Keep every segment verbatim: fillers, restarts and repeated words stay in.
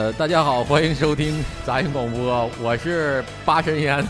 呃，大家好，欢迎收听杂音广播，我是八神烟。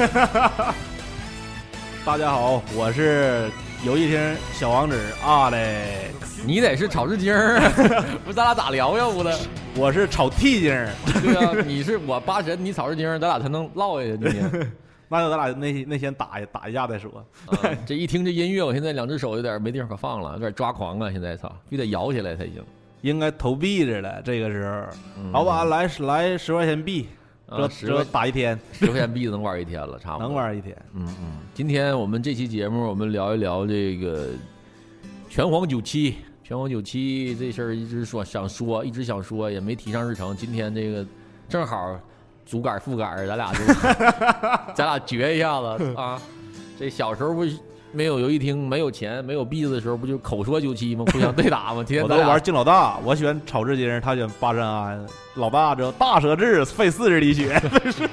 大家好，我是游戏厅小王子阿嘞。 你得是炒制精儿，不是咱俩咋聊呀？不的， 我是炒屉精。 对啊，你是我八神，你炒制精，咱俩才能唠呀，今天。 那就咱俩那那先打打一架再说。 啊、这一听这音乐，我现在两只手有点没地方可放了，有点抓狂啊！现在操，必须得摇起来才行。 应该投币着了，这个时候，嗯、老板来来十块钱币，这、啊、这打一天， 十块钱币能玩一天了，差不多能玩一天。 嗯嗯，今天我们这期节目，我们聊一聊这个拳皇九七，拳皇九七这事儿一直说想说，一直想说，也没提上日程。今天这个正好。主杆副杆，咱俩就咱俩决一下子啊！这小时候不没有游戏厅、没有钱、没有币子的时候，不就口说九七吗？互相对打吗？天天我都玩金老大，我喜欢炒制金，他喜欢八神庵。老大这大蛇制费四十滴血，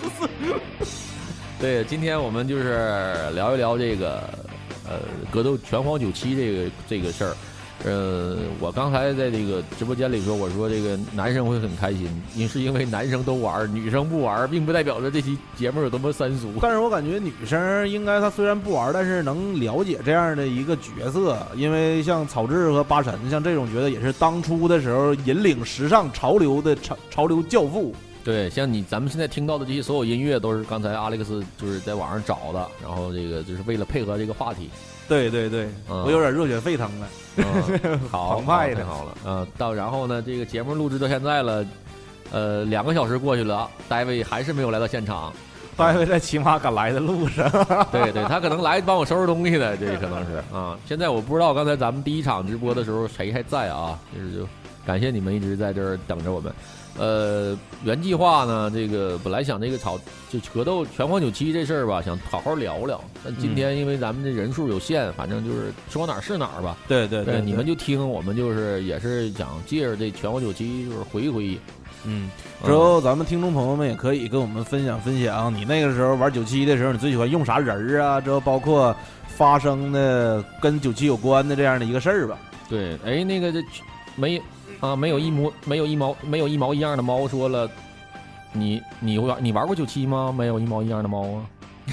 对，今天我们就是聊一聊这个呃格斗拳皇九七这个这个事儿。呃，我刚才在这个直播间里说，我说这个男生会很开心，因是因为男生都玩，女生不玩，并不代表着这期节目有多么三俗。 但是我感觉女生应该她虽然不玩，但是能了解这样的一个角色，因为像草雉和八神，像这种角色也是当初的时候引领时尚潮流的潮潮流教父。 对，像你咱们现在听到的这些所有音乐，都是刚才阿历克斯就是在网上找的，然后这个就是为了配合这个话题。 对对对，嗯、我有点热血沸腾了。 嗯、好， 澎湃太好了。嗯、呃，到然后呢，这个节目录制到现在了，呃，两个小时过去了，戴维还是没有来到现场。 戴维在骑马赶来的路上。 对对，他可能来帮我收拾东西的，这可能是啊。现在我不知道刚才咱们第一场直播的时候谁还在啊？就是就感谢你们一直在这儿等着我们。呃，原计划呢，这个本来想这个炒就格斗拳皇九七这事儿吧，想好好聊聊。但今天因为咱们这人数有限，反正就是说哪儿是哪儿吧。 对对 对, 对， 你们就听，我们就是也是想借着这拳皇九七就是回忆回忆。 嗯，之后咱们听众朋友们也可以跟我们分享分享，你那个时候玩九七的时候，你最喜欢用啥人啊？之后包括发生的跟九七有关的这样的一个事儿吧。 对，哎，那个这没。啊，没有一毛，没有一毛，没有一毛一样的猫说了，你你玩你玩过九七吗？没有一毛一样的猫啊，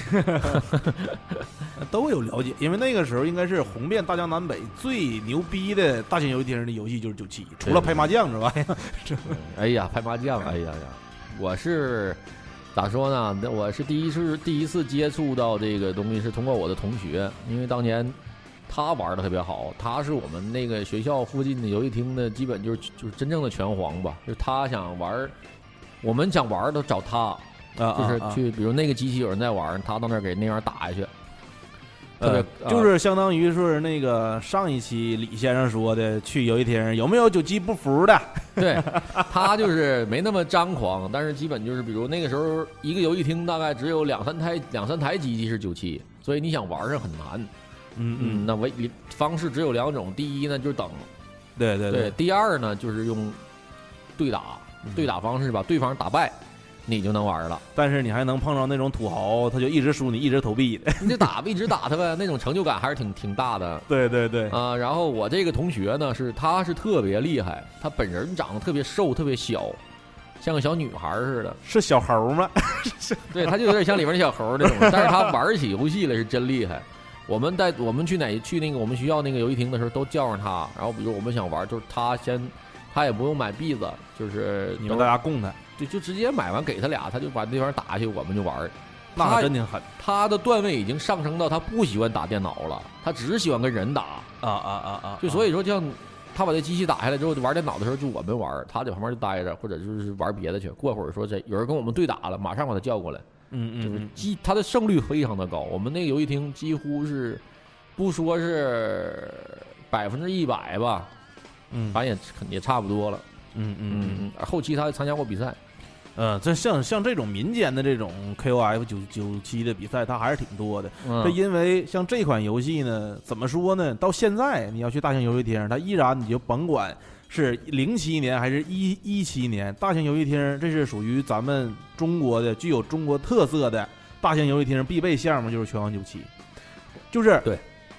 都有了解，因为那个时候应该是红遍大江南北最牛逼的大型游戏厅的游戏就是九七，除了拍麻将之外。 哎呀，拍麻将，哎呀呀，我是咋说呢？我是第一次第一次接触到这个东西是通过我的同学，因为当年。他玩的特别好，他是我们那个学校附近的游戏厅的，基本就是就是真正的拳皇吧。就是他想玩，我们想玩都找他， 啊、 就是去，比如那个机器有人在玩，他到那儿给那样打下去。 特别、呃、就是相当于是那个上一期李先生说的，去游戏厅有没有九七不服的？ 对，他就是没那么张狂，但是基本就是，比如那个时候一个游戏厅大概只有两三台两三台机器是九七，所以你想玩是很难。 嗯嗯，那唯方式只有两种，第一呢就是等， 对对对, 对，第二呢就是用对打，对打方式把对方打败，你就能玩了。 但是你还能碰到那种土豪，他就一直输你，一直投币的， 你就打一直打他呗，那种成就感还是挺挺大的。 对对对啊、呃，然后我这个同学呢是他是特别厉害，他本人长得特别瘦，特别小。像个小女孩似的， 是小猴吗？ 对，他就有点像里面的小猴那种，但是他玩起游戏来是真厉害。我们带我们去哪去那个我们学校那个游戏厅的时候，都叫上他。然后比如我们想玩，就是他先，他也不用买币子，就是你们大家供他， 就就直接买完给他俩，他就把对方打下去，我们就玩。 那真挺狠。 他的段位已经上升到他不喜欢打电脑了，他只喜欢跟人打。 啊啊啊啊！ 就所以说，像他把这机器打下来之后，玩电脑的时候就我们玩，他在旁边就待着，或者就是玩别的去。过会儿说这有人跟我们对打了，马上把他叫过来。 嗯嗯， 就是几他的胜率非常的高，我们那个游戏厅几乎是不说是百分之一百吧， 嗯， 反正也也差不多了。 嗯嗯嗯，后期他还参加过比赛。 呃，这像像这种民间的这种 K O F 九九七的比赛，它还是挺多的。 嗯， 这因为像这款游戏呢，怎么说呢？到现在你要去大型游戏厅，它依然你就甭管是零七年还是一一七年，大型游戏厅这是属于咱们中国的具有中国特色的大型游戏厅必备项目，就是拳皇九七。就是对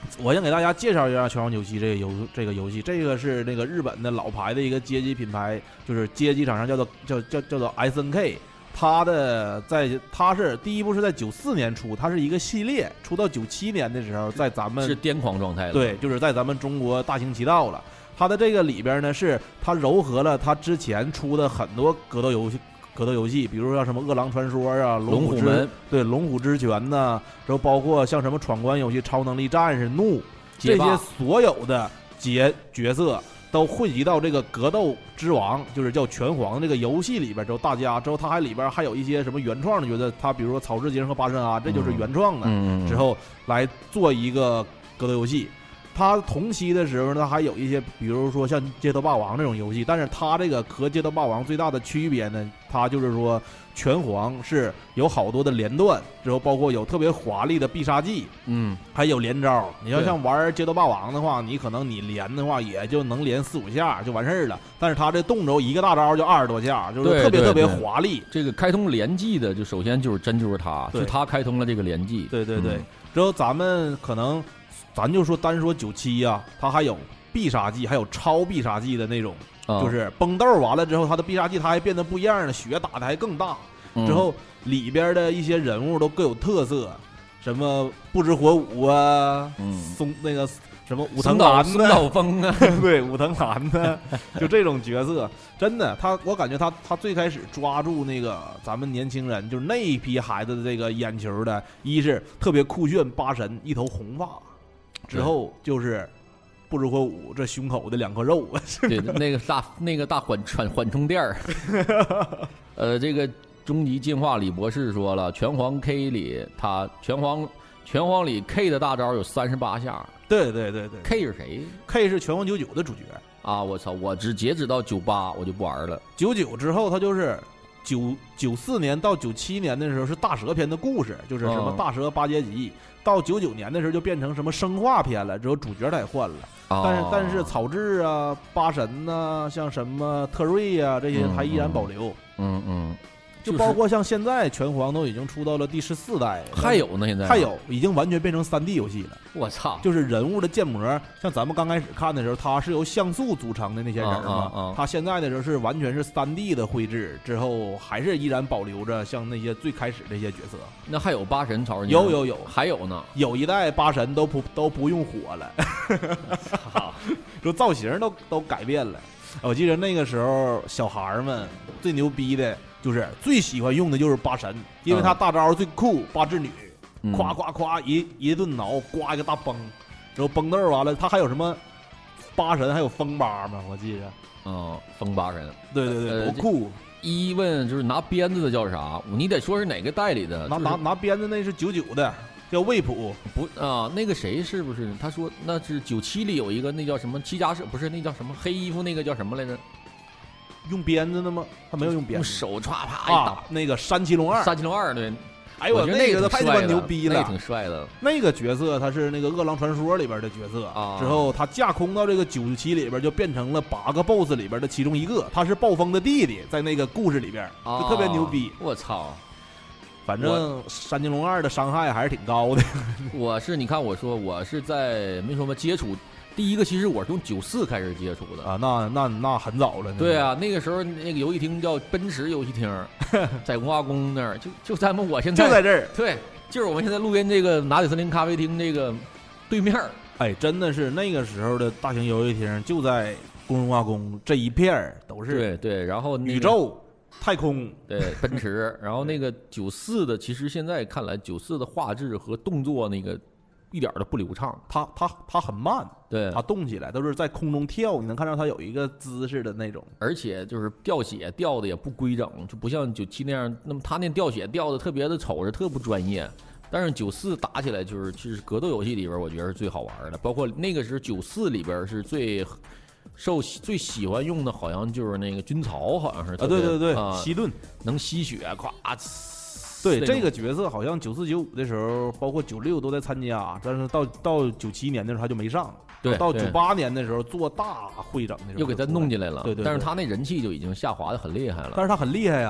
我先给大家介绍一下拳皇九七这个游这个游戏，这个是那个日本的老牌的一个街机品牌，就是街机厂商叫做叫叫叫做 S N K。它的在它是第一部是在九四年出，它是一个系列，出到九七年的时候，在咱们是癫狂状态了。 对，就是在咱们中国大行其道了。它的这个里边呢，是它糅合了它之前出的很多格斗游戏。格斗游戏，比如说像什么《饿狼传说》啊，《龙虎门》 对，《龙虎之拳》呐，然后包括像什么闯关游戏《超能力战士》、怒这些所有的角角色都混集到这个格斗之王，就是叫拳皇这个游戏里边之后，大家之后它还里边还有一些什么原创的角色，它比如说草之杰和巴神啊，这就是原创的， 嗯、 之后来做一个格斗游戏。它同期的时候呢，还有一些，比如说像《街头霸王》这种游戏，但是它这个和《街头霸王》最大的区别呢，它就是说拳皇是有好多的连段，之后包括有特别华丽的必杀技， 嗯， 还有连招。你要像玩《街头霸王》的话，你可能你连的话也就能连四五下就完事儿了，但是它这动轴一个大招就二十多下，就是特别特别华丽。 这个开通连技的，就首先就是真就是它，是它开通了这个连技。 对对对，嗯、之后咱们可能。咱就说单说九七呀，它还有必杀技，还有超必杀技的那种， 哦、 就是崩豆完了之后，它的必杀技它还变得不一样了，血打的还更大。 嗯、 之后里边的一些人物都各有特色，什么不知火舞啊， 嗯， 松那个什么武藤兰松岛枫啊， 对，武藤兰呢，就这种角色，真的，他我感觉他他最开始抓住那个咱们年轻人，就是那一批孩子的这个眼球的，一是特别酷炫，八神一头红发。之后就是不知火舞这胸口的两颗肉， 对，那个大那个大缓缓缓冲垫儿。呃，这个终极进化李博士说了，拳皇 K 里他拳皇拳皇里 K 的大招有三十八下。 对对对对 ，K 是谁 ？K 是拳皇九九的主角啊！我操，我只截止到九八，我就不玩了。 九九之后他就是九九四年到九七年的时候是大蛇篇的故事，就是什么大蛇八阶级。嗯到九九年的时候就变成什么生化片了，之后主角他也换了， 哦、 但是但是草雉啊、八神呐、啊，像什么特瑞呀、啊、这些还依然保留。 嗯嗯， 就包括像现在拳皇都已经出到了第十四代， 还有呢，现在还有已经完全变成三 D 游戏了。 我操！ 就是人物的建模，像咱们刚开始看的时候，它是由像素组成的那些人嘛， 啊啊啊、 它现在的时候是完全是三 D 的绘制，之后还是依然保留着像那些最开始这些角色。 那还有八神草人？ 有有有， 还有呢。 有一代八神都不都不用火了，说造型都都改变了。我记得那个时候小孩们最牛逼的就是最喜欢用的就是八神，因为他大招最酷，八智女。夸夸夸一一顿挠，刮一个大崩，然后崩豆完了，他还有什么八神，还有风八嘛？我记着， 嗯，风八神， 对对对，多酷！ 呃、一问就是拿鞭子的叫啥？你得说是哪个代理的？ 拿、就是、拿拿鞭子那是九九的，叫魏普。 不啊，那个谁是不是？他说那是九七里有一个那叫什么七家社，不是那叫什么黑衣服那个叫什么来着？ 用鞭子的吗？他没有用鞭子， 用手歘啪一打、 啊。那个山崎龙二， 山崎龙二对。 哎呦， 我觉得那个太他妈牛逼了， 那个挺帅的。 那个角色他是那个《饿狼传说》里边的角色啊， 之后他架空到这个九七里边，就变成了八个 boss 里边的其中一个。他是暴风的弟弟，在那个故事里边、 啊、 就特别牛逼。 我操！ 反正山金龙二的伤害还是挺高的。 我是你看，我说我是在没说嘛接触。第一个其实我是从九四开始接触的啊，那那那很早了。 对啊，那个时候那个游戏厅叫奔驰游戏厅，在文化宫那儿，就就咱们我现在就在这儿。 对，就是我们现在录音这个拿铁森林咖啡厅这个对面。 哎，真的是那个时候的大型游戏厅就在工文化宫这一片都是。 对对，然后、那个、 宇宙、太空， 对奔驰，然后那个九四的，其实现在看来九四的画质和动作那个。一点都不流畅， 它它它很慢， 对， 它动起来都是在空中跳，你能看到它有一个姿势的那种， 而且就是掉血掉的也不规整，就不像九七那样，那么他那掉血掉的特别的瞅着特不专业，但是九四打起来就是就是格斗游戏里边我觉得是最好玩的，包括那个时候九四里边是最受最喜欢用的，好像就是那个军曹，好像是啊，对对对， 啊、 西顿能吸血，咵。 对这个角色，好像九四九五的时候，包括九六都在参加，但是到到九七年的时候他就没上。 对， 到九八年的时候做大会整的时候又给他弄进来了。 对 对, 对。 但是他那人气就已经下滑的很厉害了。 但是他很厉害呀，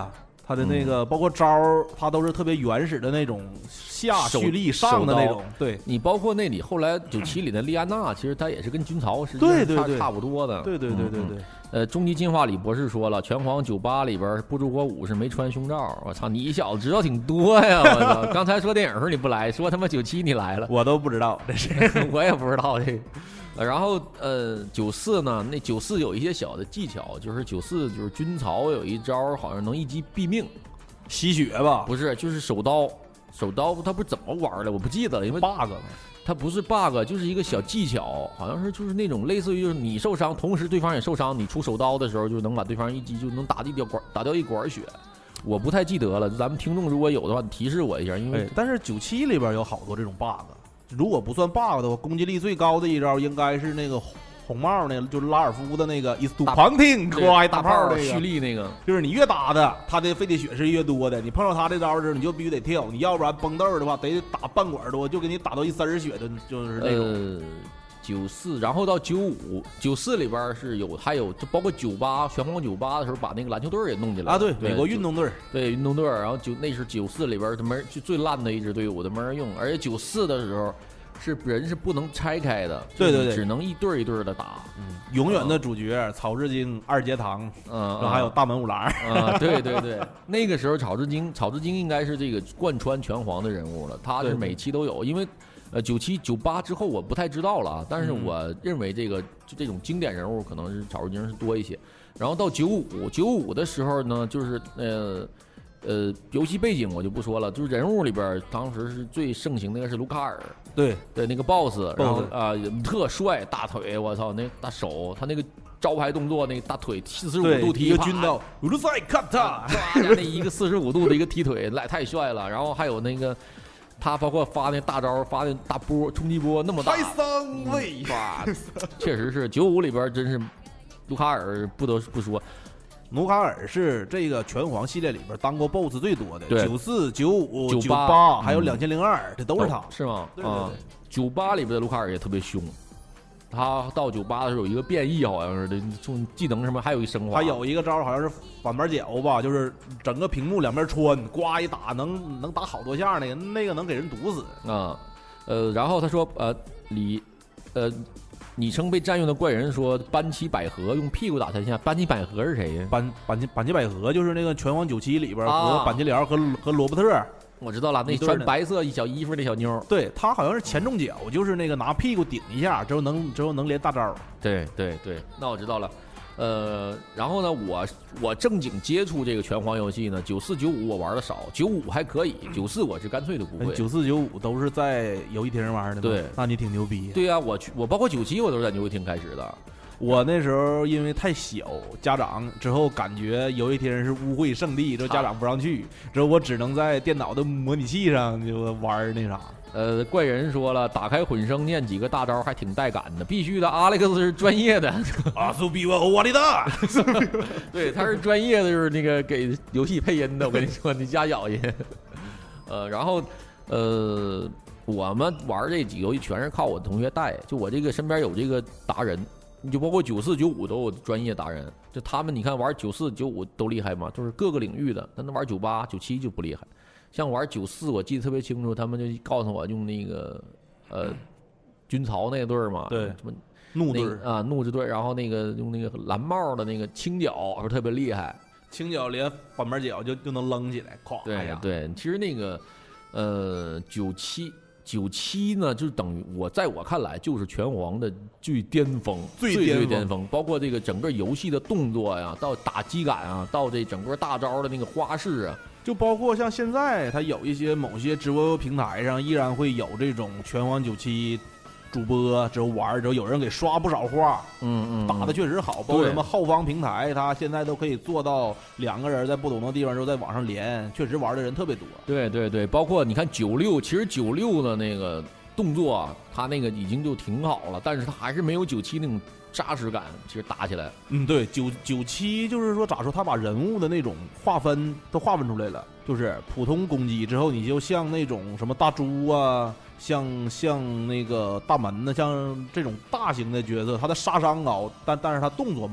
他的那个、嗯、包括招儿，他都是特别原始的那种下蓄力上的那种。对， 你包括那里后来九七里的莉安娜，其实她也是跟军曹是对对对差不多的。 对对对对对。 嗯、呃，终极进化里博士说了，拳皇九八里边不足火五是没穿胸罩。我操，你小子知道挺多呀！我操，刚才说电影时候你不来，说他妈九七你来了， 我都不知道，这是我也不知道这个。然后呃，九四呢，那九四有一些小的技巧，就是九四就是军曹有一招，好像能一击毙命， 吸血吧？ 不是，就是手刀，手刀他不是怎么玩的，我不记得了，因为 bug 它不是 bug， 就是一个小技巧，好像是就是那种类似于就是你受伤，同时对方也受伤，你出手刀的时候就能把对方一击就能打一掉管，打掉一管血。我不太记得了，咱们听众如果有的话，你提示我一下，因为、 哎、但是九七里边有好多这种 bug。如果不算 bug 的话，攻击力最高的一招应该是那个红帽那个，就是拉尔夫的那个 is to punting， 夸大炮那个蓄力那个， 就是你越打的，他的费的血是越多的。你碰到他这招的时候，你就必须得跳，你要不然崩豆的话，得打半管多，就给你打到一丝儿血的，就是那种。 呃九四，然后到九五，九四里边是有，还有就包括九八拳皇九八的时候，把那个篮球队也弄进来啊，对， 对美国运动队， 对运动队，然后九那是九四里边他们就最烂的一支队伍，都没人用，而且九四的时候是人是不能拆开的， 对对对， 只能一对一对的打。 嗯，永远的主角草雉精、二阶堂， 嗯， 然后还有大门五郎啊，对对对，那个时候草雉精，草雉精应该是这个贯穿拳皇的人物了，他是每期都有，因为。呃，九七九八之后我不太知道了，但是我认为这个就这种经典人物可能是草雉精是多一些。然后到九五九五的时候呢，就是呃呃游戏背景我就不说了，就是人物里边当时是最盛行的那个是卢卡尔， 对对那个 boss， 然后啊、呃、特帅，大腿，我操，那大手，他那个招牌动作，那个大腿四十五度踢， 一个军刀，鲁塞卡塔， 那一个四十五度的一个踢腿，来太帅了。然后还有那个。他包括发那大招，发那大波冲击波那么大， 太伤胃， 哇、嗯，确实是九五里边真是卢卡尔不得不说， 卢卡尔是这个拳皇系列里边当过 boss 最多的，九四、九五、 九八，还有两千零二，这都是他， 是吗？ 对对对， 九八里边的卢卡尔也特别凶。他到九八的时候有一个变异，好像是的，从技能什么还有一升华。 他有一个招好像是反板脚吧，就是整个屏幕两边穿，呱一打能能打好多下，那个那个能给人毒死啊。呃，然后他说呃李呃昵称被占用的怪人说班奇百合用屁股打三下，班奇百合是谁呀？ 班班奇班奇百合就是那个拳皇九七里边和板奇辽和和罗伯特。 我知道了，那穿白色一小衣服那小妞， 对他好像是前重脚，就是那个拿屁股顶一下之后能之后能连大招。 对对对，那我知道了。呃，然后呢，我我正经接触这个拳皇游戏呢，九四九五我玩的少，九五还可以，九四我是干脆都不会。 九四九五都是在游戏厅玩的， 对， 那你挺牛逼。 对呀、啊，我去，我包括九七我都是在游戏厅开始的。 我那时候因为太小，家长之后感觉游戏厅是污秽圣地，之后家长不让去，之后我只能在电脑的模拟器上就玩那啥。 呃，怪人说了，打开混声念几个大招还挺带感的，必须的。阿历克斯是专业的， 阿苏比我瓦利达， 对，他是专业的，就是那个给游戏配音的。我跟你说，你加小心。呃，然后呃，我们玩这几个游戏全是靠我的同学带，就我这个身边有这个达人。你就包括九四九五都有专业达人，就他们你看玩九四九五都厉害嘛，就是各个领域的。但他玩九八九七就不厉害。像玩九四，我记得特别清楚，他们就告诉我用那个呃军曹那队嘛， 对， 什么怒队啊怒之队，然后那个用那个蓝帽的那个青脚，说特别厉害， 青脚连反板脚就就能扔起来，咵。 对对，其实那个呃九七。九七呢，就等于我在我看来就是拳皇的最巅峰， 最最巅峰，包括这个整个游戏的动作呀，到打击感啊，到这整个大招的那个花式啊， 就包括像现在它有一些某些直播平台上依然会有这种拳皇九七主播之后玩之后有人给刷不少话， 嗯嗯， 打的确实好，包括什么后方平台，它现在都可以做到两个人在不同的地方之后在网上连，确实玩的人特别多。 对对对，包括你看九六，其实九六的那个动作啊，它那个已经就挺好了，但是它还是没有九七那种扎实感，其实打起来。 嗯，对，九九七就是说咋说，他把人物的那种划分都划分出来了，就是普通攻击之后，你就像那种什么大猪啊。像像那个大门呢，像这种大型的角色，他的杀伤高，但但是他动作慢，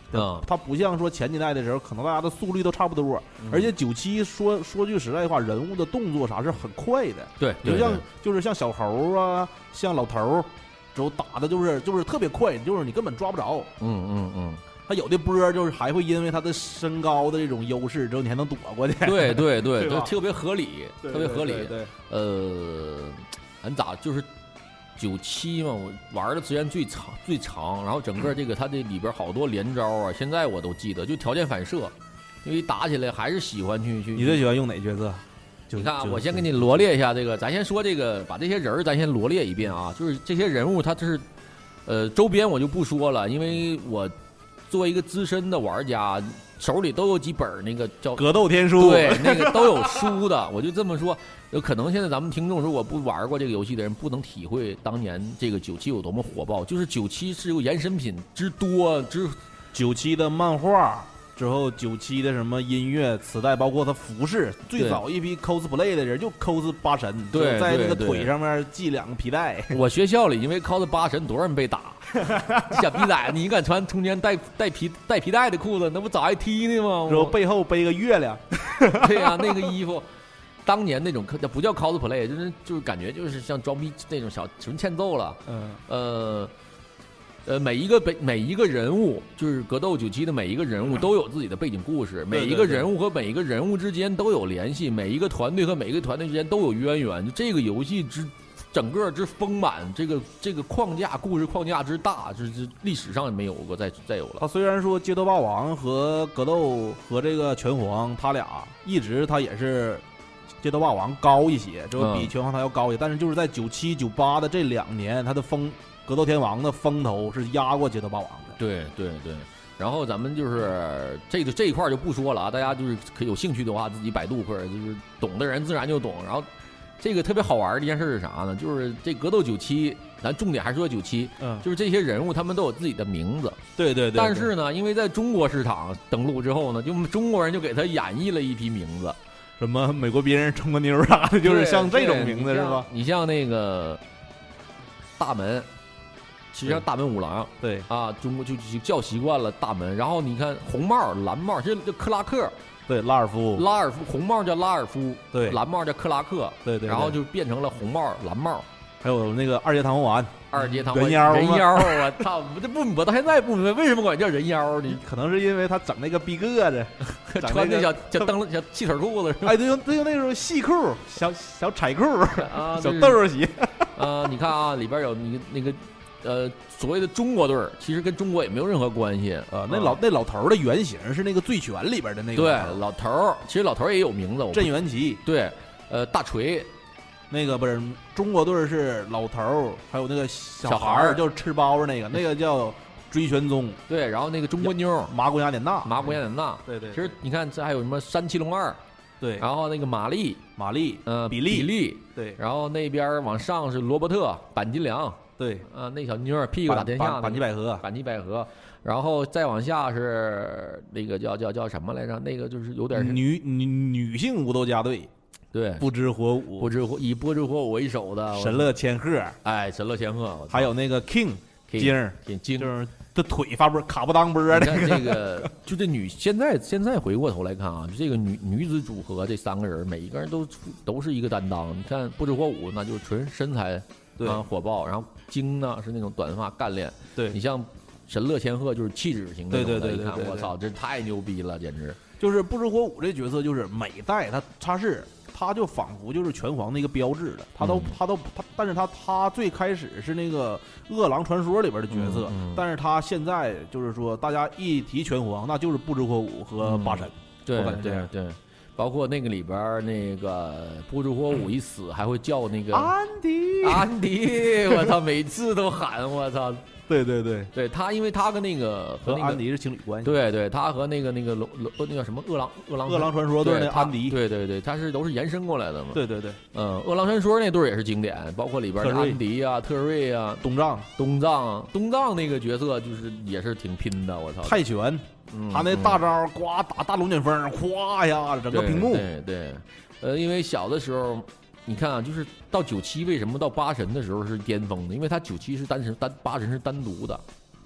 嗯， 它不像说前几代的时候，可能大家的速率都差不多， 嗯、 而且九七说说句实在话，人物的动作啥是很快的。 对， 就像就是像小猴啊，像老头，之后打的就是就是特别快，就是你根本抓不着。 嗯嗯嗯。 他有的波就是还会因为他的身高的这种优势，之后你还能躲过去。 对对对， 对就特别合理， 对特别合理。 对对对呃，俺咋就是九七嘛，我玩的时间最长最长，然后整个这个它这里边好多连招啊，现在我都记得，就条件反射，因为打起来还是喜欢去去。 你最喜欢用哪角色？ 你看啊，我先给你罗列一下这个，咱先说这个，把这些人咱先罗列一遍啊，就是这些人物，他这是呃周边我就不说了，因为我。作为一个资深的玩家，手里都有几本那个叫《 格斗天书》， 对，那个都有书的。我就这么说，有可能现在咱们听众如果不玩过这个游戏的人，不能体会当年这个九七有多么火爆。就是九七是有衍生品之多之， 九七的漫画之后，九七的什么音乐磁带，包括他服饰，最早一批 cosplay 的人就 cos 八神， 对， 在那个腿上面系两个皮带。 我学校里因为 cos 八神，多少人被打。小逼崽子，你敢穿中间带带皮带皮带的裤子，那不早挨踢呢吗？ 然后背后背个月亮。 对呀、啊，那个衣服，当年那种不叫 cosplay， 就是就是感觉就是像装逼那种小纯欠揍了。 嗯， 呃呃，每一个背每一个人物，就是格斗九七的每一个人物都有自己的背景故事，每一个人物和每一个人物之间都有联系，每一个团队和每一个团队之间都有渊源。就这个游戏之。整个之丰满，这个这个框架故事框架之大，这这历史上没有过，再再有了。 他虽然说街头霸王和格斗和这个拳皇，他俩一直他也是街头霸王高一些，就比拳皇他要高一些，嗯、但是就是在九七九八的这两年，他的风格斗天王的风头是压过街头霸王的。 对对对。然后咱们就是这个这一块就不说了啊，大家就是可有兴趣的话自己百度或者就是懂的人自然就懂。然后。这个特别好玩的一件事是啥呢？就是这格斗九七，咱重点还是说九七， 嗯， 就是这些人物他们都有自己的名字， 对对 对, 对。 但是呢，因为在中国市场登陆之后呢，就中国人就给他演绎了一批名字， 什么美国别人冲个妞啥的，就是像这种名字是吧？ 你像那个大门，实际上大门五郎， 对啊，中国就叫习惯了大门。然后你看红帽、蓝帽，这叫克拉克。 对，拉尔夫， 拉尔夫，红帽叫拉尔夫， 对， 蓝帽叫克拉克， 对 对, 对， 然后就变成了红帽、蓝帽， 还有那个二阶堂丸， 二阶堂丸人妖， 人妖，我操，这不，我到现在不明白为什么管叫人妖呢？ 可能是因为他整那个逼个子， 穿那小小灯小细腿裤子， 哎，对，用对用那种细裤，小小彩裤啊， 小豆豆鞋， 啊，你看啊，里边有你那个。呃，所谓的中国队儿，其实跟中国也没有任何关系啊、 呃。那老那老头的原型是那个醉拳里边的那个。 对，老头儿，其实老头儿也有名字， 镇元奇。 对，呃，大锤， 那个不是中国队是老头儿，还有那个小孩儿，就是吃包子那个，那个叫追玄宗。 对，然后那个中国妞麻古雅典娜， 麻古雅典娜。 对 对, 对。 其实你看，这还有什么山崎龙二。 对， 然后那个玛丽， 玛丽， 呃， 比利， 比利， 对， 然后那边往上是罗伯特、板金良。 对啊，那小妞屁股打天下， 板吉百合， 板吉百合，然后再往下是那个叫叫叫什么来着？那个就是有点女女女性武斗家队， 对， 不知火舞， 不知火以不知火舞为首的神乐千鹤， 哎，神乐千鹤， 还有那个 King 金儿， 金就是这腿发波卡不当波的。你看这个，就这女现在现在回过头来看啊，就这个女女子组合这三个人，每一个人都都是一个担当。你看不知火舞，那就是纯身材。 对啊，火爆，然后精呢是那种短发干练， 对你像神乐千鹤就是气质型的， 对对对对， 你看我操，这太牛逼了，简直就是不知火舞这角色，就是每代他他是他就仿佛就是拳皇的一个标志了，他都、嗯、他都他，但是他他最开始是那个饿狼传说里边的角色， 嗯嗯、 但是他现在就是说大家一提拳皇，那就是不知火舞和八神， 嗯、对对对。包括那个里边那个不知火舞一死，还会叫那个安迪， 安迪，我操，每次都喊我操， 对对对对，他因为他跟那个和、那个、安迪是情侣关系， 对对，他和那个那个龙那个什么饿狼饿狼饿狼传说对那安迪， 对对对，他是都是延伸过来的嘛， 对对对， 嗯，饿狼传说那对也是经典，包括里边的安迪啊、特瑞啊、 东藏、 东藏、东藏那个角色就是也是挺拼的，我操， 泰拳。 嗯、 他那大招，呱打大龙卷风，咵呀，整个屏幕。 对 对, 对，呃，因为小的时候，你看啊，就是到九七，为什么到八神的时候是巅峰的？因为他九七是单神单八神是单独的，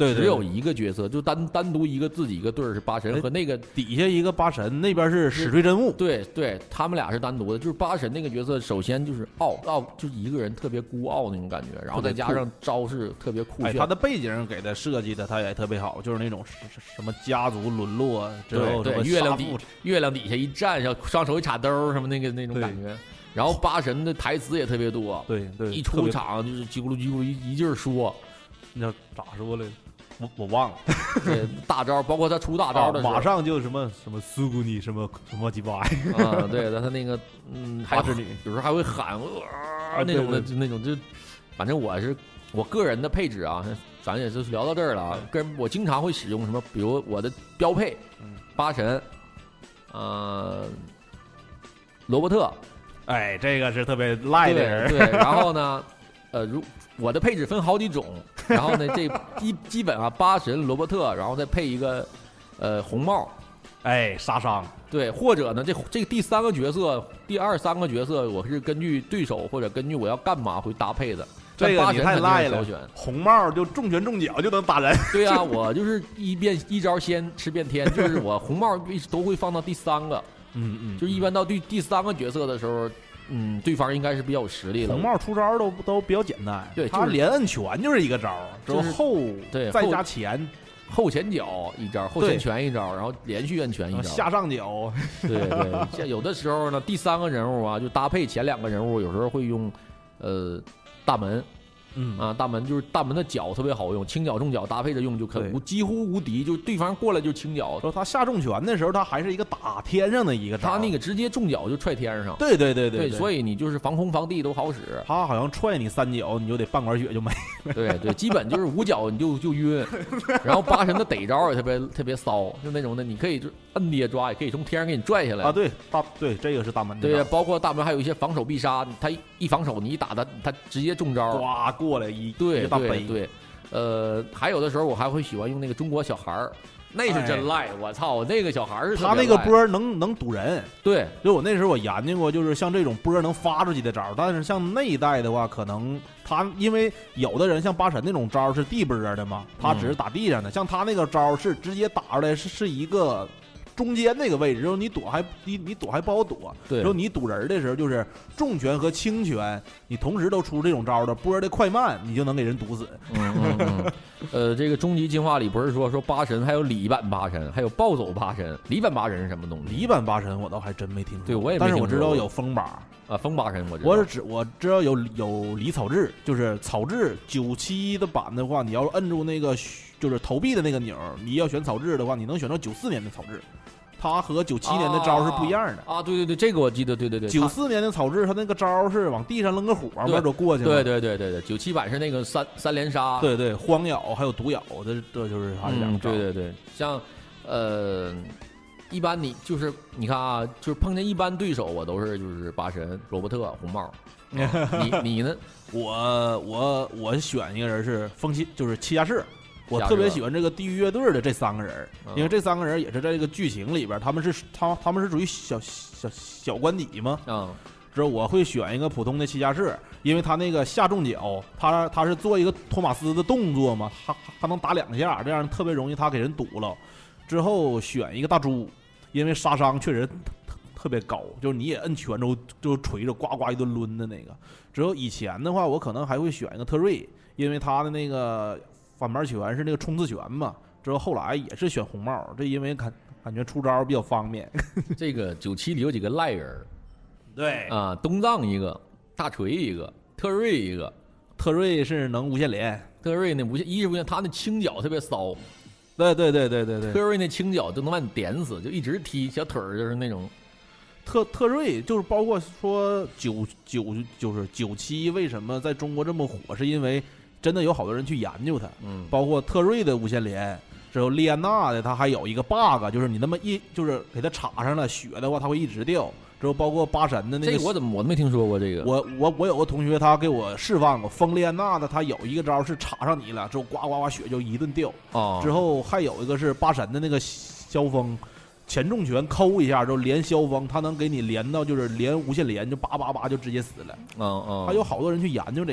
对， 只有一个角色，就单单独一个自己一个队儿是八神和那个底下一个八神，那边是史追真悟。 对对，他们俩是单独的。就是八神那个角色，首先就是傲傲，就是一个人特别孤傲那种感觉，然后再加上招式特别酷炫。 哎，他的背景给他设计的他也特别好，就是那种什么家族沦落之后， 对对，月亮底月亮底下一站，像双手一插兜什么那个那种感觉。然后八神的台词也特别多， 对对， 一出场就是叽咕噜叽咕噜一一劲儿说， 那叫咋说来着？我我忘了。 对，大招包括他出大招的时候， 马上就什么什么苏古尼什么什么鸡巴啊，对，他那个嗯，八之女有时候还会喊啊那种的，就那种就，反正我是我个人的配置啊，咱也是聊到这儿了啊。个人我经常会使用什么，比如我的标配，八神，呃，罗伯特。 哎，这个是特别赖的人。 对，对然后呢，呃，如我的配置分好几种，然后呢，这基基本啊，八神罗伯特，然后再配一个呃红帽， 哎，杀伤。 对，或者呢，这这第三个角色，第二三个角色，我是根据对手或者根据我要干嘛会搭配的。 这个你太赖了， 选红帽就重拳重脚就能打人。 对啊，我就是一变一招先吃遍天，就是我红帽一直都会放到第三个。 嗯嗯， 就一般到第第三个角色的时候，嗯，对方应该是比较有实力的。 红帽出招都都比较简单， 对， 他连摁拳就是一个招，之后后对再加前， 后前脚一招，后前拳一招，然后连续摁拳一招， 下上脚。 对对，像有的时候呢，第三个人物啊，就搭配前两个人物，有时候会用呃大门。 嗯啊，大门就是大门的脚特别好用，轻脚重脚搭配着用就可无几乎无敌，就对方过来就轻脚。 说他下重拳的时候，他还是一个打天上的一个招， 他那个直接重脚就踹天上。 对对对 对, 对, 对，所以你就是防空防地都好使。 他好像踹你三脚，你就得半管血就没。 对对，基本就是五脚你就就晕。然后八神的逮招也特别特别骚，就那种的，你可以就摁跌抓，也可以从天上给你拽下来啊。对大对，这个是大门的。 对，包括大门还有一些防守必杀，他一防守你一打他，他直接中招， 刮过来一对。 对对对，呃，还有的时候我还会喜欢用那个中国小孩儿，那是真赖，哎、我操，那个小孩儿是他那个波能能堵人。 对， 就我那时候我研究过，就是像这种波能发出去的招，但是像那一代的话，可能他因为有的人像八神那种招是地波的嘛，他只是打地上的，嗯、像他那个招是直接打出来是是一个。中间那个位置，然后你躲还你你躲还不好躲， 对。 然后你堵人的时候，就是重拳和轻拳，你同时都出这种招的，波的快慢，你就能给人堵死。 嗯嗯嗯。呃，这个终极进化里不是说说八神，还有里版八神，还有暴走八神。里版八神是什么东西？ 里版八神我倒还真没听说。 对，我也没听说。 但是我知道有风八啊，风八神我知道。 我是指我知道有有李草雉，就是草雉九七的版的话，你要摁住那个就是投币的那个钮，你要选草雉的话，你能选到九四年的草雉。他和九七年的招是不一样的啊！对对对，这个我记得，对对对。 九四年的草雉，他那个招是往地上扔个火，慢慢就过去了。 对对对对对，九七版是那个三三连杀。 对对，荒咬还有毒咬的，这就是他两招。 对对对，像呃，一般你就是你看啊，就是碰见一般对手，我都是就是八神、罗伯特、红帽。你你呢？ 我我我选一个人是风七，就是七侠士。我特别喜欢这个地狱乐队的这三个人，因为这三个人也是在这个剧情里边，他们是他他们是属于小小小官邸嘛。 嗯， 之后我会选一个普通的七侠士，因为他那个下重脚，他他是做一个托马斯的动作嘛，他他能打两下，这样特别容易他给人堵了。之后选一个大猪，因为杀伤确实特别高，就是你也摁拳之后就锤着呱呱一顿抡的那个。之后以前的话，我可能还会选一个特瑞，因为他的那个。反盘拳是那个冲刺拳嘛，之后后来也是选红帽，这因为感感觉出招比较方便。 这个九七里有几个赖人， 对啊，东藏一个，大锤一个，特瑞一个， 特瑞是能无限连， 特瑞那无限一是无限，他那轻脚特别骚， 对对对对对对， 特瑞那轻脚就能把你点死，就一直踢小腿儿，就是那种。 特特瑞就是包括说九九就是九七为什么在中国这么火，是因为。真的有好多人去研究它， 嗯， 包括特瑞的无限连，之后莉安娜的，它还有一个 bug， 就是你那么一就是给它插上了血的话，它会一直掉。之后包括八神的那个， 这个我怎么我都没听说过这个。 我我我有个同学，他给我释放过风莉安娜的，他有一个招是插上你了之后，呱呱呱血就一顿掉。 哦， 之后还有一个是八神的那个萧峰。前重拳抠一下之后连萧峰，他能给你连到就是连无限连，就叭叭叭就直接死了。 嗯嗯， 还有好多人去研究这个。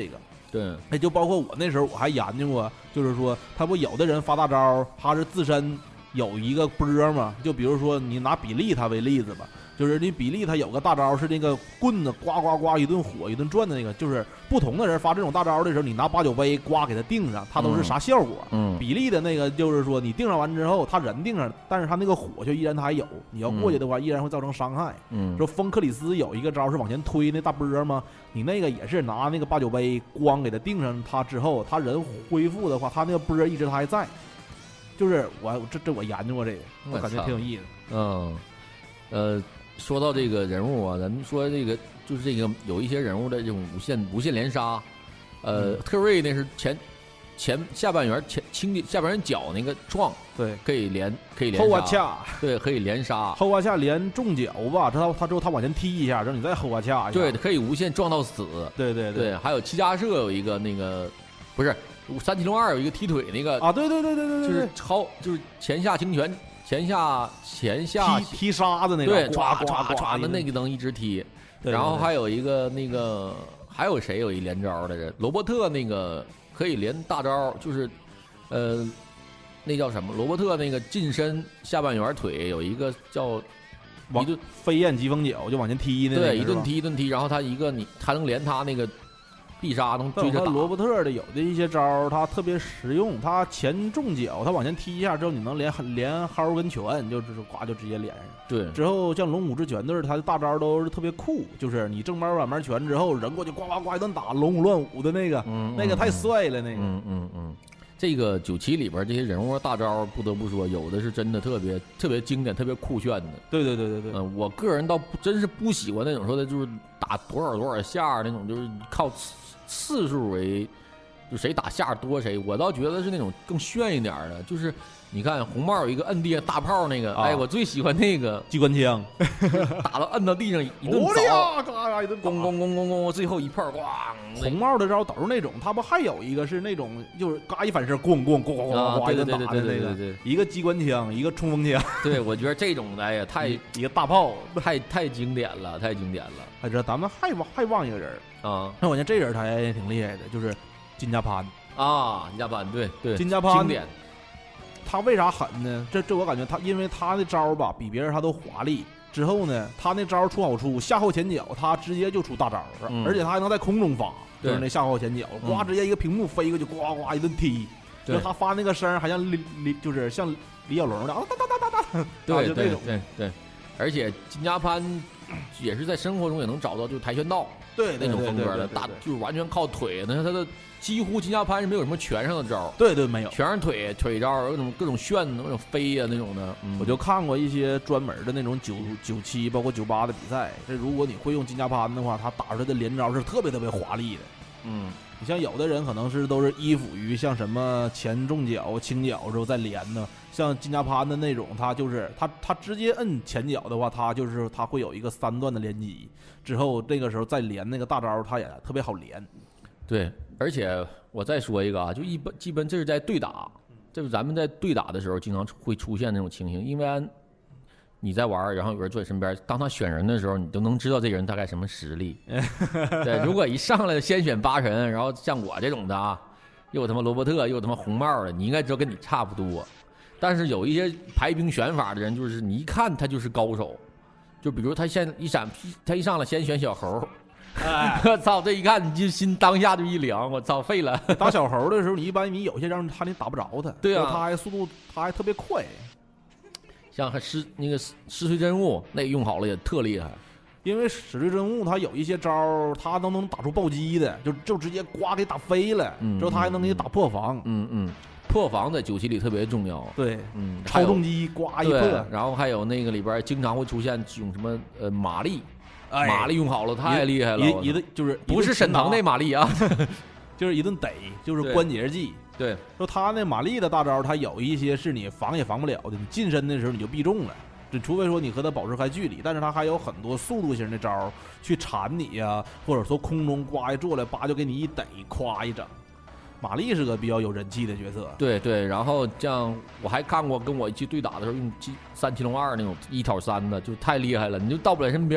对， 哎，就包括我那时候我还研究过，就是说他不有的人发大招，他是自身有一个波嘛，就比如说你拿比利他为例子吧。就是你比利他有个大招是那个棍子呱呱呱一顿火一顿转的那个，就是不同的人发这种大招的时候，你拿八九杯呱给他定上，他都是啥效果？ 嗯， 比利的那个就是说你定上完之后，他人定上，但是他那个火就依然他还有，你要过去的话依然会造成伤害。 嗯， 说风克里斯有一个招是往前推那大波吗？你那个也是拿那个八九杯光给他定上，他之后他人恢复的话，他那个波一直他还在。就是我这这我研究过这个，我感觉挺有意思。 嗯，呃。说到这个人物啊，咱们说这个就是这个有一些人物的这种无限无限连杀，呃，嗯、特瑞那是前前下半圆前轻下半圆脚那个撞， 对， 可以连可以连后啊恰， 对，可以连杀， 后啊恰连中脚吧，他他之后他往前踢一下，然后你再后啊恰一下， 对，可以无限撞到死， 对对对, 对，还有七加射有一个那个不是三七龙二有一个踢腿那个啊，对对对对对对， 就是超就是前下轻拳。前下前下踢踢沙的那个， 对， 唰唰唰的那个能一直踢， 对对对， 然后还有一个那个还有谁有一连招的人，罗伯特那个可以连大招，就是呃那叫什么？罗伯特那个近身下半圆腿有一个叫一顿飞燕疾风脚，就往前踢的、那个， 对，一顿踢一顿踢，然后他一个你他能连他那个。必杀能追着打。 罗伯特的有的一些招他特别实用，他前重脚，他往前踢一下之后，你能连连薅跟拳，就就是呱就直接连上。 对， 之后像龙武之拳队，他的大招都是特别酷，就是你正面反面拳之后，人过去呱呱呱一顿打，龙武乱舞的那个， 嗯、 那个太帅了，那个。 嗯嗯嗯。这个九七里边这些人物大招，不得不说，有的是真的特别特别经典、特别酷炫的。 对对对对对。 嗯、呃，我个人倒不真是不喜欢那种说的，就是打多少多少下那种，就是靠次数为，就谁打下多谁。我倒觉得是那种更炫一点的，就是你看红帽有一个摁地大炮那个，啊、哎，我最喜欢那个机关枪， 打到摁到地上一顿凿，嘎嘎一顿咣咣咣咣咣，最后一炮咣。 红帽的招都是那种，他不还有一个是那种就是嘎一反射，咣咣咣咣咣咣一顿打的那个，一个机关枪，一个冲锋枪。 对，我觉得这种的哎呀，太一个大炮， 太太经典了，太经典了。 还知道咱们还忘还忘一个人啊， 那我觉得这人他也挺厉害的，就是金家潘啊，金家潘，对对， 金家潘经典。 他为啥狠呢？这这我感觉他因为他的招吧比别人他都华丽。之后呢，他那招出好出，下后前脚他直接就出大招， 嗯、 而且他还能在空中发，就是那下后前脚，呱、 嗯、 直接一个屏幕飞过去，呱呱一顿踢。就他发那个声还像李李就是像李小龙的啊哒哒哒哒哒， 对对对对对。而且金家潘也是在生活中也能找到，就是跆拳道对那种风格的，大就是完全靠腿。那他的几乎金家潘是没有什么拳上的招， 对对没有， 全是腿腿招，各种各种炫的那种飞呀、啊、那种的。嗯、 我就看过一些专门的那种九九七包括九八的比赛，这如果你会用金家潘的话，他打出来的连招是特别特别华丽的。 嗯， 你像有的人可能是都是依附于像什么前重脚、轻脚之后再连的。像金家潘的那种，他就是他他直接摁前脚的话，他就是他会有一个三段的连击，之后这个时候再连那个大招，他也特别好连。 对，而且我再说一个啊，就一般基本这是在对打，这是咱们在对打的时候经常会出现那种情形，因为你在玩，然后有人坐你身边，当他选人的时候，你都能知道这个人大概什么实力。对，如果一上来先选八神，然后像我这种的啊，又他妈罗伯特，又他妈红帽的，你应该知道跟你差不多。但是有一些排兵选法的人，就是你一看他就是高手，就比如他先一闪，他一上来先选小猴，哎，我操，这一看你就心当下就一凉，我操，废了。 打小猴的时候，你一般你有些招他你打不着他， 对啊， 他还速度他还特别快， 像还失那个失髓真悟那个用好了也特厉害。 因为史瑞真悟他有一些招，他都能打出暴击的，就就直接呱给打飞了， 嗯、 之后他还能给你打破防， 嗯嗯。破防在九七里特别重要， 对， 嗯， 超重击呱一破， 然后还有那个里边经常会出现用什么呃马力， 哎、 马力用好了太厉害了， 一一顿就是不是沈腾那马力啊， 就是一顿逮，就是关节技。 对， 说他那马力的大招，他有一些是你防也防不了的，你近身的时候你就必中了，就除非说你和他保持开距离，但是他还有很多速度型的招去缠你呀、啊，或者说空中呱一坐来，叭就给你一逮，咵一整。玛丽是个比较有人气的角色， 对对，然后像我还看过跟我一起对打的时候用三七龙二那种一挑三的，就太厉害了，你就到不了身边，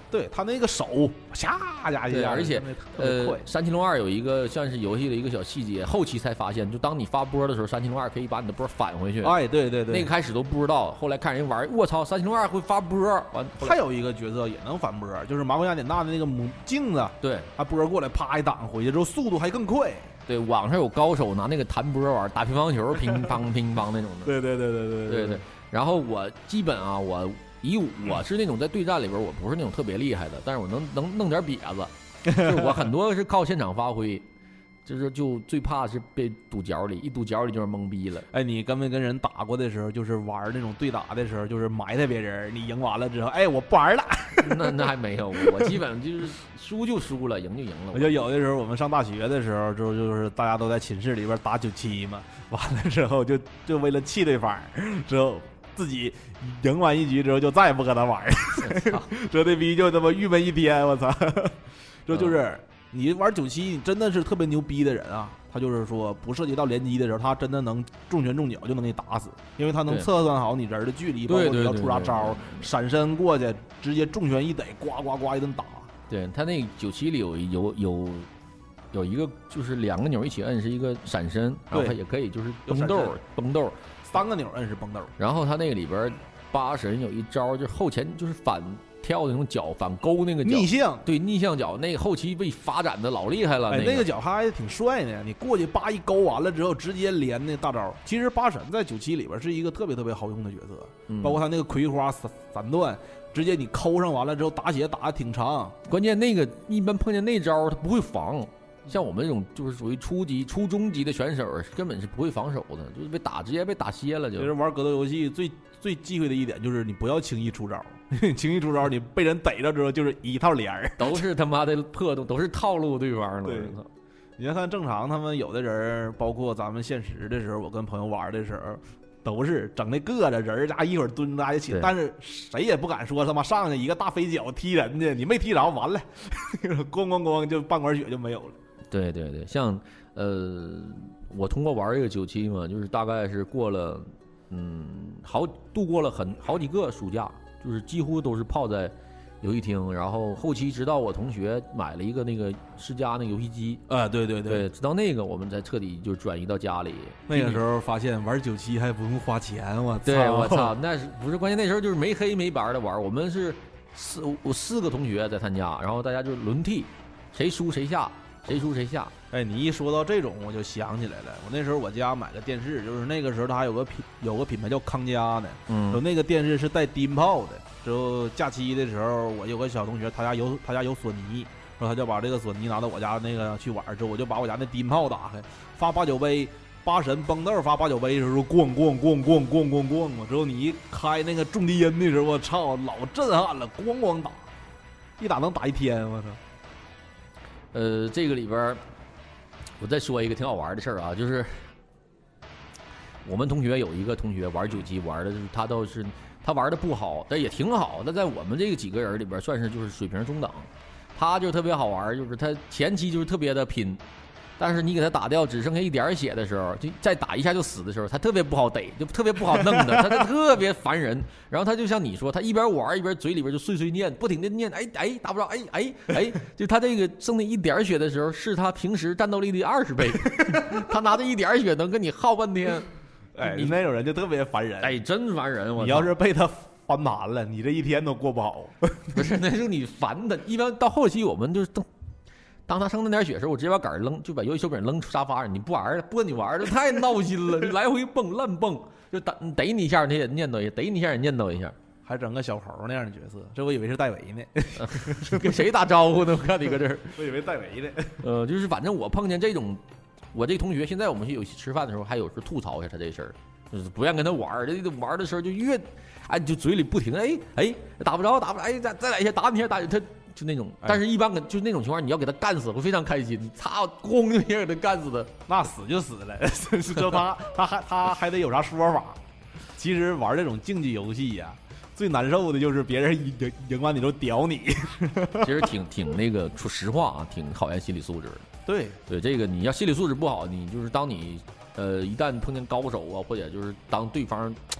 对他那个手下家一下， 而且呃，山崎龙二有一个像是游戏的一个小细节，后期才发现，就当你发波的时候，山崎龙二可以把你的波返回去。 哎，对对对， 那个开始都不知道，后来看人玩，我操，山崎龙二会发波。完， 还有一个角色也能反波，就是麻古雅典娜的那个母镜子， 对， 他波过来啪一挡回去之后，速度还更快。 对，网上有高手拿那个弹波玩，打乒乓球，乒乓乒乓那种的。 对对对对对对对。然后我基本啊，我。以我是那种在对战里边，我不是那种特别厉害的，但是我能能弄点瘪子，就是我很多是靠现场发挥，就是就最怕是被堵角里，一堵角里就是懵逼了。 哎，你跟没跟人打过的时候，就是玩那种对打的时候，就是埋汰别人，你赢完了之后，哎，我不玩了。 那那还没有，我基本就是输就输了，赢就赢了。 我就有的时候我们上大学的时候，就就是大家都在寝室里边打九七嘛，完了之后就就为了气对方，之后。自己赢完一局之后就再也不跟他玩了，这这逼就他妈郁闷一天，我操！这就是你玩九七，你真的是特别牛逼的人啊！他就是说不涉及到联机的时候，他真的能重拳重脚就能给你打死，因为他能测算好你人的距离，包括你要出啥招，闪身过去，直接重拳一逮，呱呱呱一顿打。 对他那九七里有有有有一个就是两个钮一起摁是一个闪身，然后他也可以就是崩豆崩豆。 三个钮摁是崩豆， 然后他那个里边八神有一招，就是后前就是反跳的那种脚，反勾那个脚逆向， 对逆向脚，那个后期被发展的老厉害了。 哎， 那个、 那个脚还挺帅呢，你过去叭一勾完了之后，直接连那大招。其实八神在九七里边是一个特别特别好用的角色， 嗯、 包括他那个葵花散散断，直接你抠上完了之后打血打得挺长。 关键那个一般碰见那招他不会防。像我们这种就是属于初级、初中级的选手，根本是不会防守的，就是被打直接被打歇了就。 其实玩格斗游戏最最忌讳的一点就是你不要轻易出招，轻易出招你被人逮着之后就是一套连儿， 都是他妈的破洞，都是套路对方的。 对，你要看正常他们有的人，包括咱们现实的时候，我跟朋友玩的时候。都是整那个着人家一会儿蹲在一起，但是谁也不敢说他妈上去一个大飞脚踢人家，你没踢着完了，咣咣咣就半管血就没有了。 对对对，像呃，我通过玩这个九七嘛，就是大概是过了嗯好度过了很好几个暑假，就是几乎都是泡在游戏厅，然后后期直到我同学买了一个那个世嘉那个游戏机啊，对对对, 对，直到那个我们才彻底就转移到家里。 那个时候发现玩九七还不用花钱，我操！ 对，我操，那是不是关键？那时候就是没黑没白的玩，我们是四我四个同学在参加，然后大家就轮替，谁输谁下，谁输谁下。 哎，你一说到这种，我就想起来了。我那时候我家买个电视，就是那个时候它有个品有个品牌叫康佳的， 嗯， 有那个电视是带低音炮的。之后假期的时候，我有个小同学，他家有他家有索尼，然后他就把这个索尼拿到我家那个去玩，之后我就把我家那低音炮打开，发八九杯，八神崩豆发八九杯的时候，咣咣咣咣咣咣咣，之后你一开那个重低音的时候，我操，老震撼了，咣咣打，一打能打一天，我操。 呃，这个里边我再说一个挺好玩的事儿啊，就是我们同学有一个同学玩九七玩的，就是他倒是他玩的不好，但也挺好。但在我们这个几个人里边，算是就是水平中等。他就特别好玩，就是他前期就是特别的拼，但是你给他打掉只剩下一点血的时候，就再打一下就死的时候，他特别不好逮，就特别不好弄的，他就特别烦人。然后他就像你说，他一边玩一边嘴里边就碎碎念，不停的念，哎哎打不着，哎哎哎，就他这个剩那一点血的时候，是他平时战斗力的二十倍，他拿这一点血能跟你耗半天。 哎，那种人就特别烦人， 哎，真烦人！我你要是被他翻盘了，你这一天都过不好。 不是，那是你烦的。一般到后期，我们就是当当他剩那点血的时候，我直接把杆扔，就把游戏手柄扔沙发上。你不玩了，不跟你玩了，太闹心了。你来回蹦乱蹦，就逮逮你一下，你也念叨一下；逮你一下，也念叨一下。 还整个小猴那样的角色，这我以为是戴维呢。 跟谁打招呼呢？我看你搁这儿， 我以为戴维呢。 呃，就是反正我碰见这种。我这同学现在我们去有吃饭的时候，还有时吐槽一下他这事儿，就是不愿跟他玩，这玩的时候就越，哎，就嘴里不停，哎哎，打不着，打不着，哎，再再来一下，打你一下，打他就那种。但是一般就那种情况，你要给他干死，会非常开心，操，咣就一下给他干死的， 那死就死了。就他他还他还得有啥说法？其实玩这种竞技游戏呀、啊，最难受的就是别人赢赢完你都屌你。 其实挺挺那个，说实话啊，挺考验心理素质的。 对对，这个你要心理素质不好，你就是当你呃一旦碰见高手啊，或者就是当对方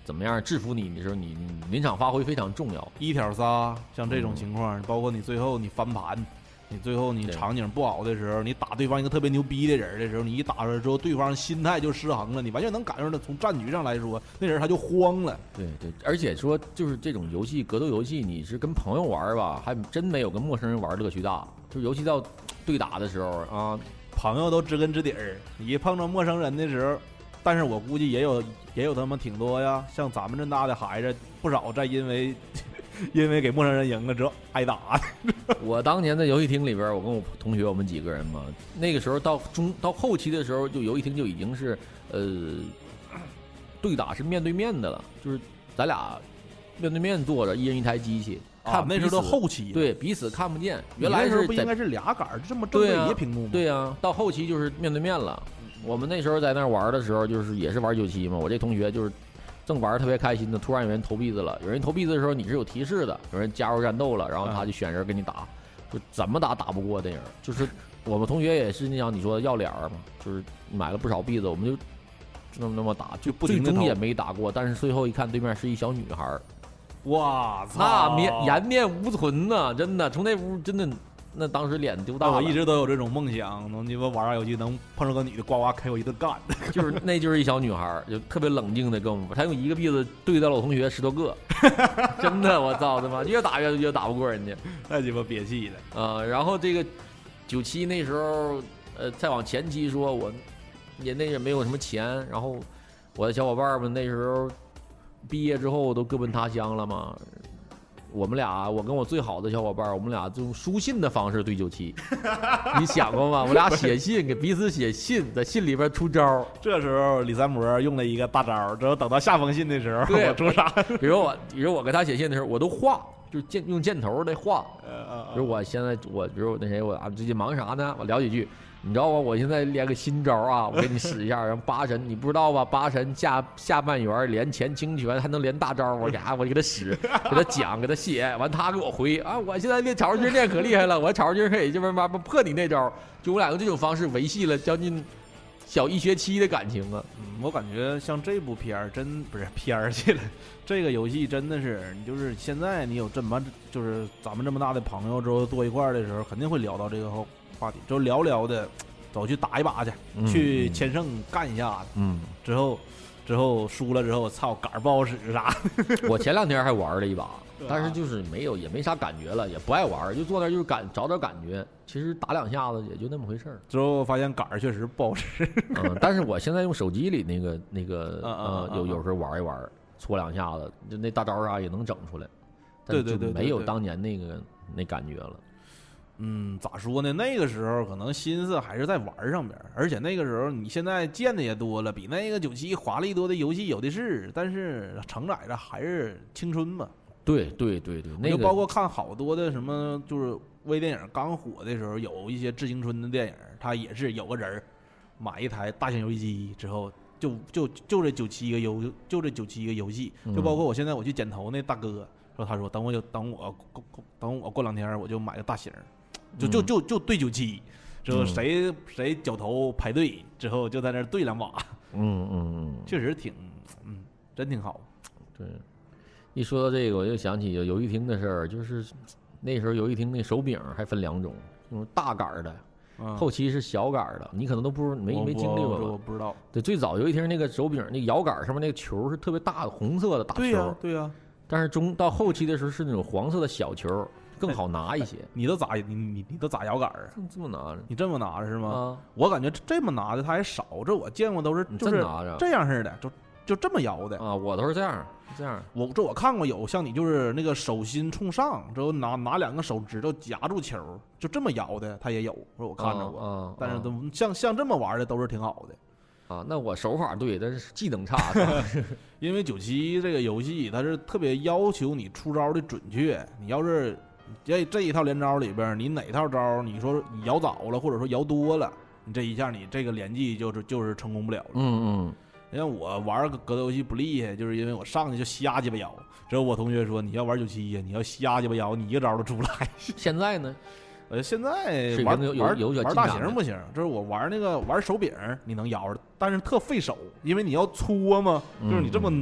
怎么样制服你的时候，你你临场发挥非常重要。 一挑仨，像这种情况，嗯、包括你最后你翻盘，你最后你场景不好的时候，你打对方一个特别牛逼的人的时候，你一打出来之后，对方心态就失衡了，你完全能感受到从战局上来说，那人他就慌了。 对对，而且说就是这种游戏格斗游戏，你是跟朋友玩吧，还真没有跟陌生人玩乐趣大。就尤其到对打的时候啊， 朋友都知根知底儿，你一碰到陌生人的时候。但是我估计也有也有他们挺多呀，像咱们这大的孩子不少，在因为因为给陌生人赢了之后挨打。 我当年在游戏厅里边，我跟我同学我们几个人嘛，那个时候到中到后期的时候，就游戏厅就已经是呃对打是面对面的了，就是咱俩面对面坐着，一人一台机器。 啊，那时候都后期， 对彼此看不见。原来是不应该是俩杆儿这么正对一屏幕吗？ 对呀、啊啊，到后期就是面对面了。我们那时候在那玩的时候，就是也是玩九七嘛。我这同学就是正玩特别开心的，突然有人投币子了。有人投币子的时候，你是有提示的，有人加入战斗了，然后他就选人跟你打，就怎么打打不过那人。就是我们同学也是那样，你说的要脸嘛，就是买了不少币子，我们就就那么那么打，就最终也没打过。但是最后一看，对面是一小女孩， 哇操， 那念颜面无存呐，真的，从那屋真的。那当时脸丢大了， 我一直都有这种梦想，能你们玩游戏能碰上个女的，呱呱开我一顿干。 就是那就是一小女孩，就特别冷静的跟我们，她用一个币子对到了我同学十多个，真的，我操他妈，越打越越打不过人家， 太鸡巴憋气了啊、呃！然后这个九七那时候，呃，再往前期说，我也那也没有什么钱，然后我的小伙伴们那时候毕业之后都各奔他乡了嘛。我们俩，我跟我最好的小伙伴，我们俩就用书信的方式对九七，你想过吗？我俩写信给彼此写信，在信里边出招。 这时候李三模用了一个大招，之后等到下封信的时候，我出啥？ 比如我，比如我跟他写信的时候，我都画，就箭用箭头的画。比如我现在，我比如那谁，我啊最近忙啥呢？我聊几句。你知道吗？我现在练个新招啊，我给你使一下。然后八神，你不知道吧？八神下下半圆连前清拳，还能连大招。我呀，我就给他使，给他讲，给他写，完他给我回啊。我现在练草筋练可厉害了，我草筋可以这边妈破你那招。就我俩用这种方式维系了将近小一学期的感情啊。 嗯，我感觉像这部片儿真不是片儿去了，这个游戏真的是，你就是现在你有这么就是咱们这么大的朋友之后坐一块儿的时候，肯定会聊到这个后。话题就聊聊的，走去打一把去， 嗯、 去千胜干一下子， 嗯， 之后之后输了之后，操杆儿不好使啥。 我前两天还玩了一把，但是就是没有也没啥感觉了，也不爱玩，就坐那就是感找点感觉。其实打两下子也就那么回事儿。 之后发现杆儿确实不好使， 嗯，但是我现在用手机里那个那个呃呃有有时候玩一玩，搓两下子，就那大招啥也能整出来， 对对对， 没有当年那个那感觉了。 嗯，咋说呢？那个时候可能心思还是在玩上边，而且那个时候你现在见的也多了，比那个九七华丽多的游戏有的是，但是承载着还是青春嘛。 对对对对，那个就包括看好多的什么，就是微电影刚火的时候，有一些致青春的电影，它也是有个人买一台大型游戏机之后，就就就这九七个游，就这九七个游戏，就包括我现在我去剪头那大哥说，他说等我就等我等我过两天我就买个大型。就就就就对九七，之后谁、嗯、谁绞头排队之后就在那对两把， 嗯嗯嗯， 确实挺，嗯，真挺好。 对，一说到这个，我就想起有游戏厅的事儿，就是那时候游戏厅那手柄还分两种，那种大杆的，嗯、后期是小杆的，你可能都不没没经历过吧？ 我不知道。 对，最早游戏厅那个手柄那个摇杆上面那个球是特别大的红色的大球， 对呀、啊、对呀、啊。 但是中到后期的时候是那种黄色的小球。更好拿一些， 你都咋你你你都咋摇杆啊？ 这么拿着， 你这么拿着是吗？ 啊， 我感觉这么拿的他还少，这我见过都是就是这样式的，就就这么摇的啊。我都是这样这样。 我这我看过有像你就是那个手心冲上，之后拿拿两个手指头夹住球，就这么摇的，他也有，我看着过。 啊， 但是都像像这么玩的都是挺好的。 啊，那我手法对，但是技能差。 因为九七这个游戏它是特别要求你出招的准确，你要是。这这一套连招里边，你哪套招你说你摇早了，或者说摇多了，你这一下你这个连击就是就是成功不了了。 嗯嗯， 你像我玩格斗游戏不厉害，就是因为我上去就瞎鸡巴摇。之后我同学说你要玩九七呀，你要瞎鸡巴摇，你一个招都出不来。 现在呢？ 呃，现在玩有玩有玩大型不行，就是我玩那个玩手柄你能摇着，但是特费手，因为你要搓嘛，就是你这么。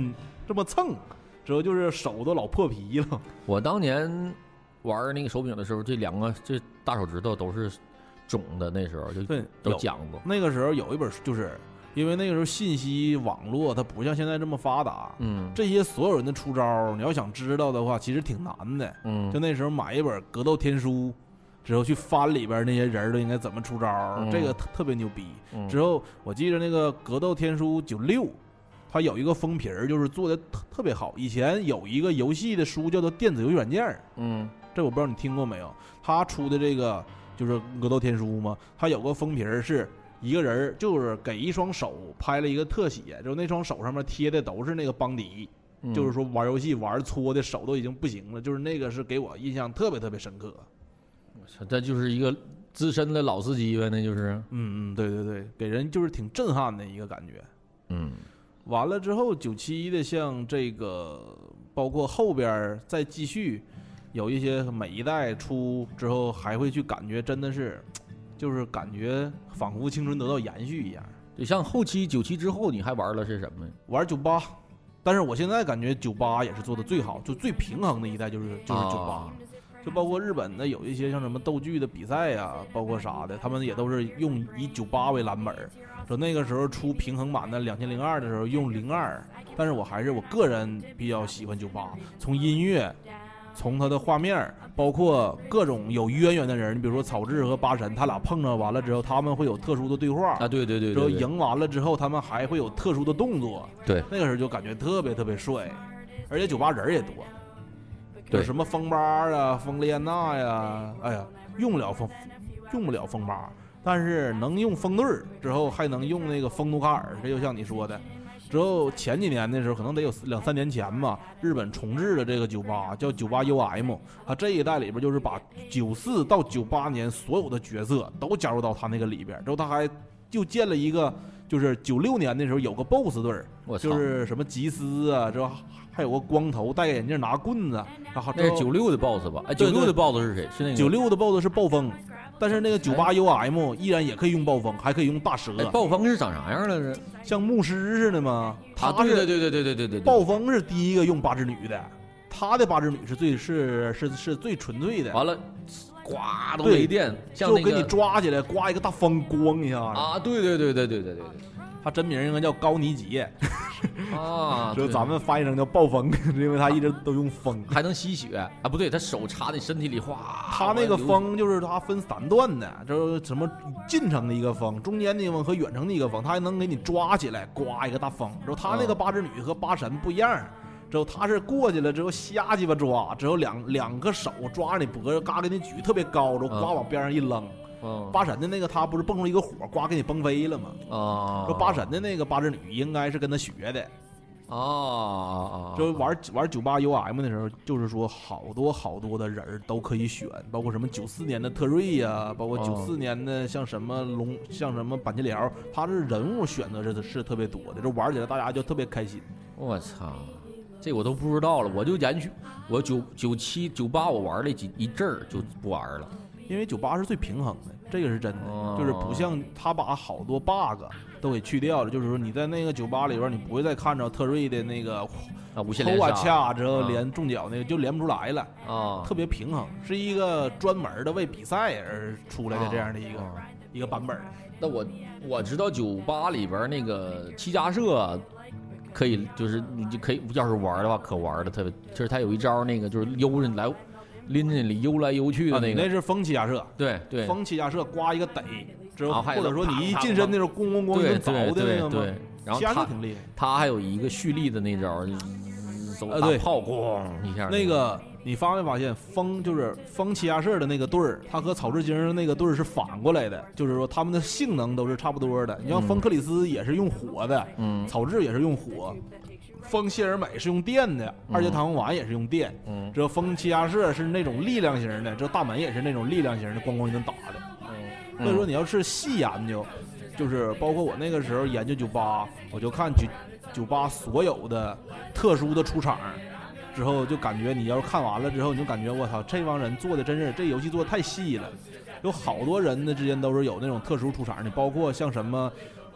这么蹭，之后就是手都老破皮了。 我当年玩那个手柄的时候，这两个这大手指头都是肿的，那时候就对都讲过。 那个时候有一本书，就是因为那个时候信息网络它不像现在这么发达， 嗯， 这些所有人的出招，你要想知道的话，其实挺难的。 嗯， 就那时候买一本格斗天书。之后去翻里边那些人都应该怎么出招，嗯、这个特特别牛逼。嗯、之后我记得那个《格斗天书九六》，它有一个封皮儿，就是做的特特别好。以前有一个游戏的书叫做《电子游戏软件》， 嗯， 这我不知道你听过没有？他出的这个就是《格斗天书》嘛，它有个封皮儿是一个人，就是给一双手拍了一个特写，就那双手上面贴的都是那个邦迪。嗯、就是说玩游戏玩搓的手都已经不行了，就是那个是给我印象特别特别深刻。 这就是一个资深的老司机呗，那就是， 嗯嗯，对对对，给人就是挺震撼的一个感觉， 嗯， 完了之后九七的像这个，包括后边再继续有一些每一代出之后，还会去感觉真的是，就是感觉仿佛青春得到延续一样。 就像后期九七之后，你还玩了是什么？ 玩九八，但是我现在感觉九八也是做的最好，就最平衡的一代就是就是九八。啊，就包括日本的有一些像什么斗剧的比赛呀、啊，包括啥的，他们也都是用以九八为蓝本。说那个时候出平衡版的两千零二的时候用零二，但是我还是我个人比较喜欢九八，从音乐，从它的画面，包括各种有渊源的人，你比如说草雉和八神，他俩碰着完了之后，他们会有特殊的对话啊，对对 对, 对, 对， 之后赢完了之后，他们还会有特殊的动作， 对， 那个时候就感觉特别特别帅，而且九八人也多。有什么风八啊、风丽安娜呀，哎呀，用不了风，用不了风八，但是能用风对儿，之后还能用那个风努卡尔，这就像你说的。之后前几年的时候，可能得有两三年前吧，日本重置的这个九八叫九八 U M， 它这一代里边就是把九四到九八年所有的角色都加入到它那个里边，之后它还又建了一个。就是九六年的时候有个 B O S S 队儿，就是什么吉斯啊，之后还有个光头戴个眼镜拿棍子，然后那是九六的 B O S S 吧？哎，九六的 B O S S 是谁？是那个九六的 B O S S 是暴风，但是那个九八 U M 依然也可以用暴风，还可以用大蛇。 哎，暴风是长啥样了？是像牧师似的吗？他对对对对对对对对。 暴风是第一个用八只女的，他的八只女是最是是是最纯粹的。 完了。呱都雷电，像那个、就给你抓起来，刮一个大风光一下啊！对对对对对对对对， 他真名应该叫高尼杰啊， 就咱们翻译成叫暴风，因为他一直都用风， 还能吸血啊！不对，他手插你身体里，哗！ 他那个风就是他分三段的，就是什么近程的一个风，中间的一个风和远程的一个风，他还能给你抓起来，刮一个大风。然后他那个八只女和八神不一样。之后他是过去了之后瞎鸡巴抓，之后两两个手抓着你脖子，嘎给你举特别高，之后呱往边上一扔。 嗯， 八神的那个他不是蹦出一个火，呱给你崩飞了吗？ 啊， 说八神的那个八只女应该是跟他学的。 啊啊啊！ 就玩玩九八 U M 的时候，就是说好多好多的人都可以选，包括什么九四年的特瑞呀、啊，包括九四年的像什么龙，像什么板桥辽，他是人物选择是是特别多的，就玩起来大家就特别开心。 我操！这我都不知道了，我就延续我九九七九八我玩了几一阵儿就不玩了， 因为九八是最平衡的，这个是真的，哦、就是不像他把好多 bug 都给去掉了，就是说你在那个九八里边你不会再看着特瑞的那个啊无限连杀掐之后连重脚那个就连不出来了啊， 特别平衡，是一个专门的为比赛而出来的这样的一个、 啊、 一个版本。 那我我知道九八里边那个七家社。可以，就是你就可以，要是玩的话，可玩的特别。就是他有一招，那个就是悠着你来，拎着你悠来悠去的那个。 啊、那是风七家社。 对对。 风七家社刮一个逮，之后、 啊、 或者说你一近身那种咣咣咣一顿凿的那个对对对。然后他挺厉害， 他还有一个蓄力的那招，走大炮咣一下。 那个你发没发现，风就是风七家社的那个队儿，他和草雉精那个队儿是反过来的，就是说他们的性能都是差不多的。你像风克里斯也是用火的， 嗯， 草雉也是用火，风谢尔美是用电的，二阶堂丸也是用电， 嗯， 这风七家社是那种力量型的，这大门也是那种力量型的，咣咣一顿打的。 嗯， 所以说你要是细研究，就是包括我那个时候研究九八，我就看九九八所有的特殊的出场。之后就感觉你要是看完了之后，你就感觉我操，这帮人做的真是这游戏做的太细了，有好多人呢之间都是有那种特殊出场的，包括像什么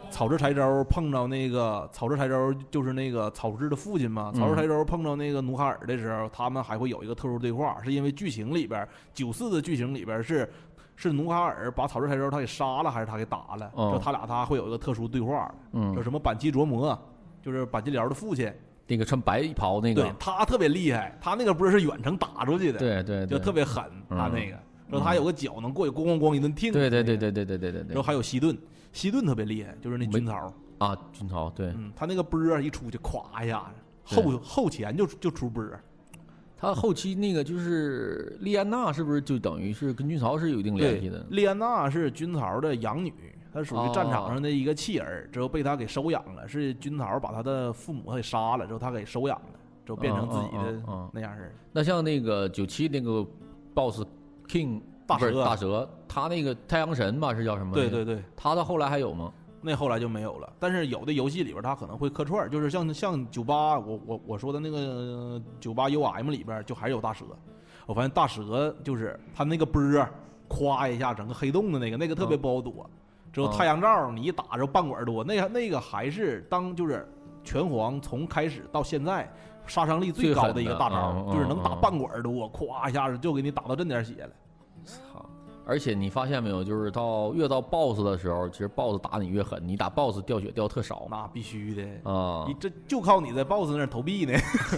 草雉柴州碰着那个草雉柴州就是那个草雉的父亲嘛，草雉柴州碰着那个努哈尔的时候，他们还会有一个特殊对话，是因为剧情里边九四的剧情里边是是努哈尔把草雉柴州他给杀了还是他给打了， 哦、 就他俩他会有一个特殊对话， 嗯， 就什么板崎琢磨，就是板崎辽的父亲。 那个穿白袍那个， 对他特别厉害，他那个不是远程打出去的， 对对， 就特别狠，他那个，然后他有个脚能过去咣咣咣一顿听， 对对对对对对对对对， 然后还有西顿，西顿特别厉害，就是那军曹啊，军曹，对， 嗯，他那个波一出去，咵一下，后后前就就出波， 他后期那个就是莉安娜是不是就等于是跟军曹是有一定联系的？ 莉安娜是军曹的养女。他属于战场上的一个弃儿，之后被他给收养了，是军曹把他的父母给杀了，之后他给收养了，之后变成自己的那样式。 那像那个九七那个 boss King 大蛇， 大蛇，他那个太阳神吧是叫什么？ 对对对， 他到后来还有吗？ 那后来就没有了。但是有的游戏里边他可能会客串，就是像像九八，我我我说的那个九八 U M 里边就还是有大蛇。我发现大蛇就是他那个波咵一下整个黑洞的那个，那个特别不好躲。嗯之后太阳照你一打着半管多，那个那个还是当就是拳皇从开始到现在杀伤力最高的一个大招，就是能打半管多，咵一下子就给你打到这点血了。 操！而且你发现没有，就是到越到 boss 的时候，其实 boss 打你越狠，你打 boss 掉血掉特少。 那必须的啊！ 你这就靠你在 boss 那儿投币呢。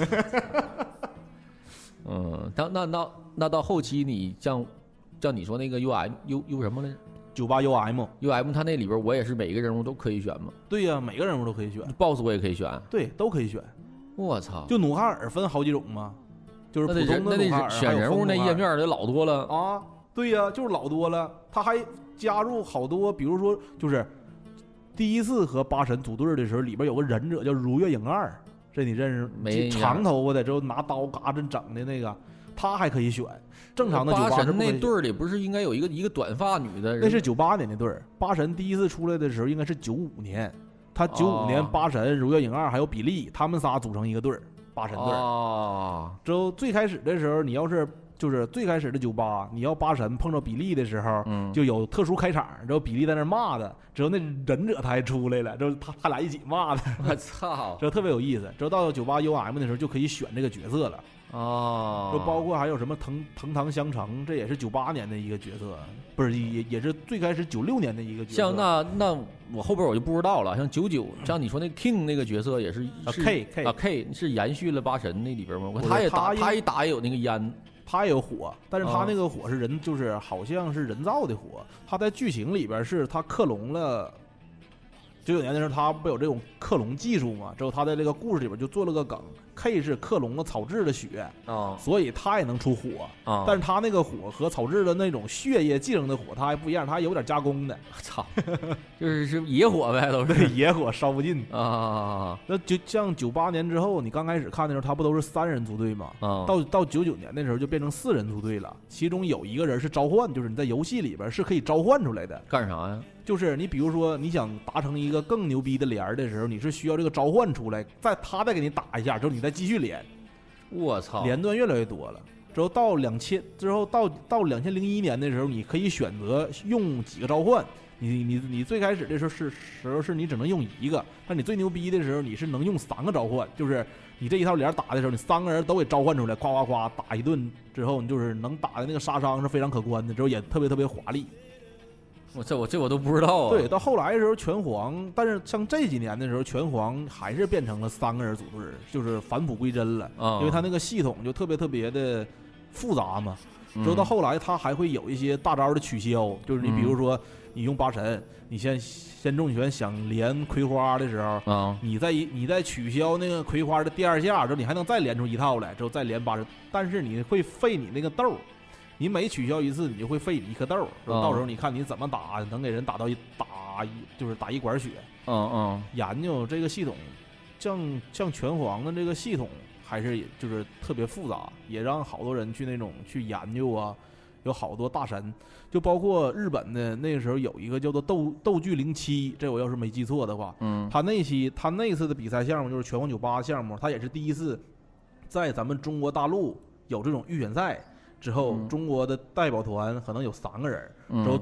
嗯，那那那那到后期你像像你说那个 U M U U 什么来着？ 九八 U M U M 它那里边我也是每个人物都可以选吗？ 对呀、啊，每个人物都可以选 ，boss 我也可以选， 对，都可以选。 我操！ 就努哈尔分好几种嘛，就是普通的努哈尔， 选人物那页面得老多了啊。对呀、啊，就是老多了。他还加入好多，比如说就是第一次和八神组队的时候，里边有个忍者叫如月影二，这你认识？ 没长头发的，之后拿刀嘎着整的那个，他还可以选。正常的八神那队里不是应该有一个一个短发女的？ 那是九八年的队儿。八神第一次出来的时候应该是九五年，他九五年八神、如月影二还有比利，他们仨组成一个队儿，八神队儿。 哦。 之后最开始的时候，你要是就是最开始的酒吧，你要八神碰到比利的时候， 嗯， 就有特殊开场，之后比利在那骂他，之后那忍者他还出来了，之后他他俩一起骂他。 我操！ 之后特别有意思。之后到九八 U M 的时候就可以选这个角色了。 哦， 就包括还有什么藤藤堂香成，这也是九八年的一个角色，不是也也是最开始九六年的一个角色。 像那那我后边我就不知道了，像九九，像你说那 King 那个角色也是是 K K 啊 K 是延续了八神那里边吗？他也打他一打也有那个烟， 他也有火，但是他那个火是人，就是好像是人造的火。他在剧情里边是他克隆了。九九年的时候，他不有这种克隆技术嘛？之后他在这个故事里边就做了个梗 ，K 是克隆了草雉的血啊， 所以他也能出火啊。 但是他那个火和草雉的那种血液继承的火，它还不一样，它有点加工的。 操，就是是野火呗，都是野火烧不尽啊。 那就像九八年之后，你刚开始看的时候，他不都是三人组队嘛？ 啊， 到到九九年的时候就变成四人组队了，其中有一个人是召唤，就是你在游戏里边是可以召唤出来的。 干啥呀？ 就是你比如说你想达成一个更牛逼的连的时候，你是需要这个召唤出来，再他再给你打一下之后，你再继续连。 我操， 连段越来越多了。之后到两千之后到到两千零一年的时候，你可以选择用几个召唤。你你你最开始的时候是时候是你只能用一个，但你最牛逼的时候你是能用三个召唤，就是你这一套连打的时候，你三个人都给召唤出来，夸夸夸打一顿之后，你就是能打的那个杀伤是非常可观的，之后也特别特别华丽。 我这我这我都不知道啊。 对，到后来的时候，拳皇，但是像这几年的时候，拳皇还是变成了三个人组队，就是返璞归真了。 啊， 因为他那个系统就特别特别的复杂嘛。之后到后来，他还会有一些大招的取消，就是你比如说你用八神，你先先重拳想连葵花的时候， 啊， 你再你再取消那个葵花的第二下之后，你还能再连出一套来，之后再连八神，但是你会费你那个豆。你每取消一次，你就会费你一颗豆，到时候你看你怎么打，能给人打到一打一就是打一管血。 嗯嗯， 研究这个系统，像像拳皇的这个系统，还是也就是特别复杂，也让好多人去那种去研究啊。有好多大神，就包括日本的那个时候有一个叫做斗斗剧零七，这我要是没记错的话， 嗯， 他那期他那次的比赛项目就是拳皇九八项目，他也是第一次在咱们中国大陆有这种预选赛。之后，中国的代表团可能有三个人，之后最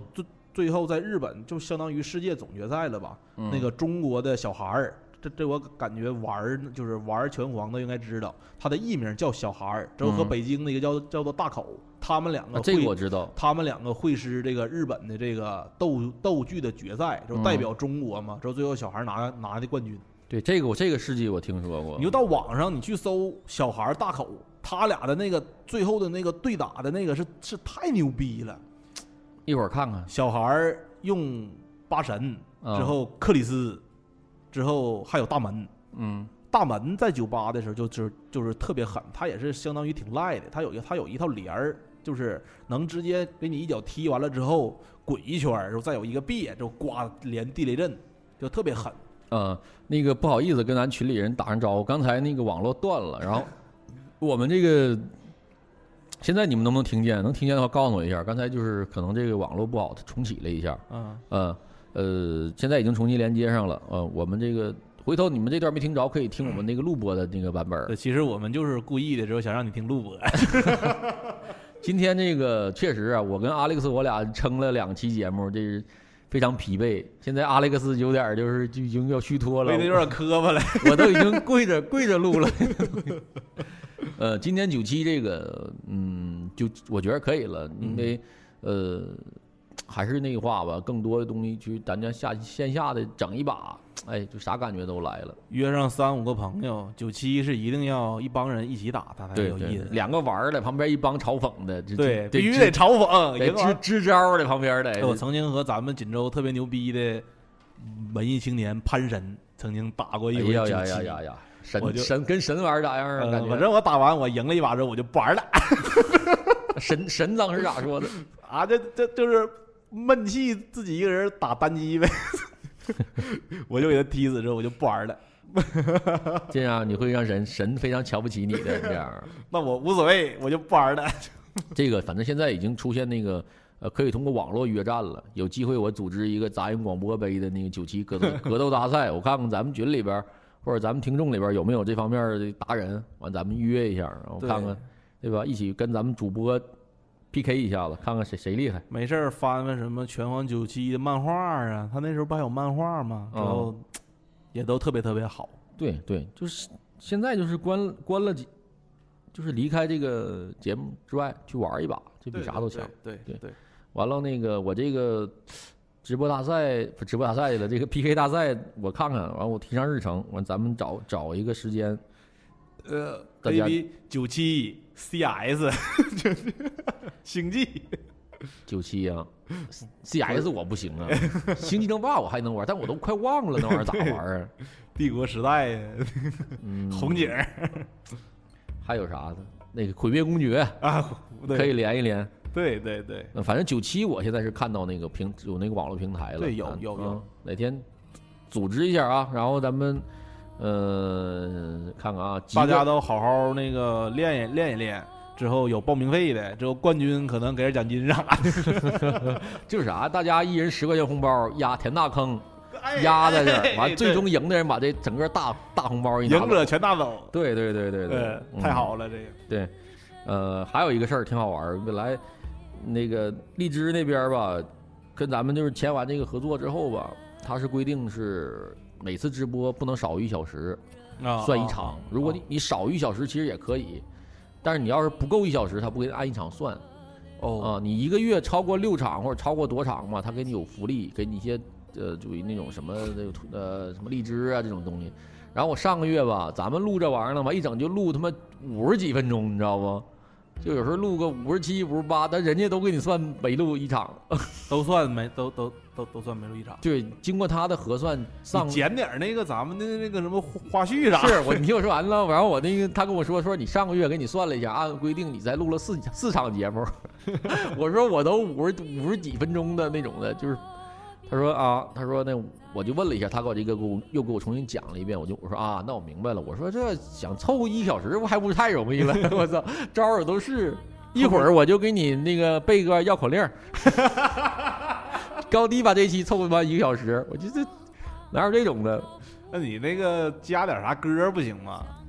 最后在日本就相当于世界总决赛了吧？ 嗯、 那个中国的小孩儿，这这我感觉玩就是玩拳皇的应该知道，他的艺名叫小孩儿，之后和北京那个叫、嗯、叫做大口，他们两个、 啊、这个我知道， 他们两个会师这个日本的这个斗斗剧的决赛，就代表中国嘛，之后最后小孩拿拿的冠军。 对，这个我这个事迹我听说过。 你就到网上你去搜小孩大口，他俩的那个最后的那个对打的那个是是太牛逼了。 一会儿看看， 小孩用八神之后克里斯，嗯、之后还有大门。 嗯， 大门在酒吧的时候就就就是特别狠，他也是相当于挺赖的。他有一他有一套帘儿，就是能直接给你一脚踢完了之后滚一圈，然后再有一个别，就刮连地雷阵，就特别狠。 呃，那个不好意思跟咱群里人打声招呼，刚才那个网络断了，然后我们这个现在你们能不能听见？能听见的话告诉我一下。刚才就是可能这个网络不好，它重启了一下。嗯呃呃，现在已经重新连接上了。呃，我们这个回头你们这段没听着，可以听我们那个录播的那个版本。 对，其实我们就是故意的，之后想让你听录播。 今天这个确实啊，我跟阿历克斯我俩撑了两期节目，这是。非常疲惫，现在阿历克斯有点就是就已经要虚脱了， 背的有点磕巴了， 我都已经跪着跪着录了。呃，今天九七这个，嗯，就我觉得可以了，因为、嗯、呃，还是那话吧，更多的东西去咱家下线下的整一把，哎，就啥感觉都来了。 约上三五个朋友，九七是一定要一帮人一起打，他才有意思。 两个玩的，旁边一帮嘲讽的， 对，必须得嘲讽， 得支支招的旁边的。 我曾经和咱们锦州特别牛逼的文艺青年潘神曾经打过一回九七。 哎呀呀呀呀！神神跟神玩咋样啊？ 呃、 感觉反正我打完我赢了一把之后我就不玩了。 神神当时咋说的啊？这这就是闷气自己一个人打单机呗。我就给他踢死之后我就不玩了。 这样你会让人神非常瞧不起你的，这样。 那我无所谓，我就不玩了。 这个反正现在已经出现那个呃，可以通过网络约战了。有机会我组织一个杂音广播杯的那个九七格斗格斗大赛，我看看咱们群里边或者咱们听众里边有没有这方面的达人，完咱们约一下，然后看看 对, 对吧？一起跟咱们主播 P K 一下子，看看谁谁厉害。 没事翻翻什么拳皇九七的漫画啊，他那时候不还有漫画吗？然后也都特别特别好。 对对，就是现在就是关关了几，就是离开这个节目之外去玩一把，这比啥都强。 对对 对, 对, 对。 完了那个我这个直播大赛不直播大赛了，这个 P K 大赛我看看，完我提上日程，完咱们找找一个时间。 呃 ，A B 九七 C S 星际九七啊 ，C S 我不行啊，星际争霸我还能玩，但我都快忘了那玩意儿咋玩啊？ 帝国时代呀，嗯、红警， 还有啥的？那个毁灭公爵啊， 可以连一连。 对对对， 反正九七我现在是看到那个平有那个网络平台了， 对，有有有、 嗯，哪天组织一下啊，然后咱们。呃，看看啊， 大家都好好那个练一练一练，之后有报名费的，之后冠军可能给点奖金啥的。 就是啥，大家一人十块钱红包压填大坑，压在这儿，完最终赢的人把这整个大大红包一拿走， 赢者全拿走。 对对对对 对, 对、嗯，太好了这个。 对，呃，还有一个事儿挺好玩，本来那个荔枝那边吧，跟咱们就是签完这个合作之后吧，它是规定是。每次直播不能少于一小时，算一场。如果你你少于一小时，其实也可以，但是你要是不够一小时，他不给你按一场算。哦，啊，你一个月超过六场或者超过多场嘛，他给你有福利，给你一些呃，属于那种什么那个呃什么荔枝啊这种东西。然后我上个月吧，咱们录这玩意儿呢嘛，一整就录他妈五十几分钟，你知道不？就有时候录个五十七、五十八，但人家都给你算每录一场， 都算没都都都都算每录一场。 对，经过他的核算，上减点那个咱们的那个什么花絮啥。 是我你听我说完了，然后我那个他跟我说说你上个月给你算了一下，按规定你才录了四四场节目，我说我都五十五十几分钟的那种的，就是他说啊，他说那我就问了一下，他给我这个给我又给我重新讲了一遍，我就我说啊，那我明白了，我说这想凑一小时，不还不是太容易了？我操，招儿都是，一会儿我就给你那个背个绕口令，高低把这期凑他妈一个小时，我觉得哪有这种的？ 那你那个加点啥歌不行吗？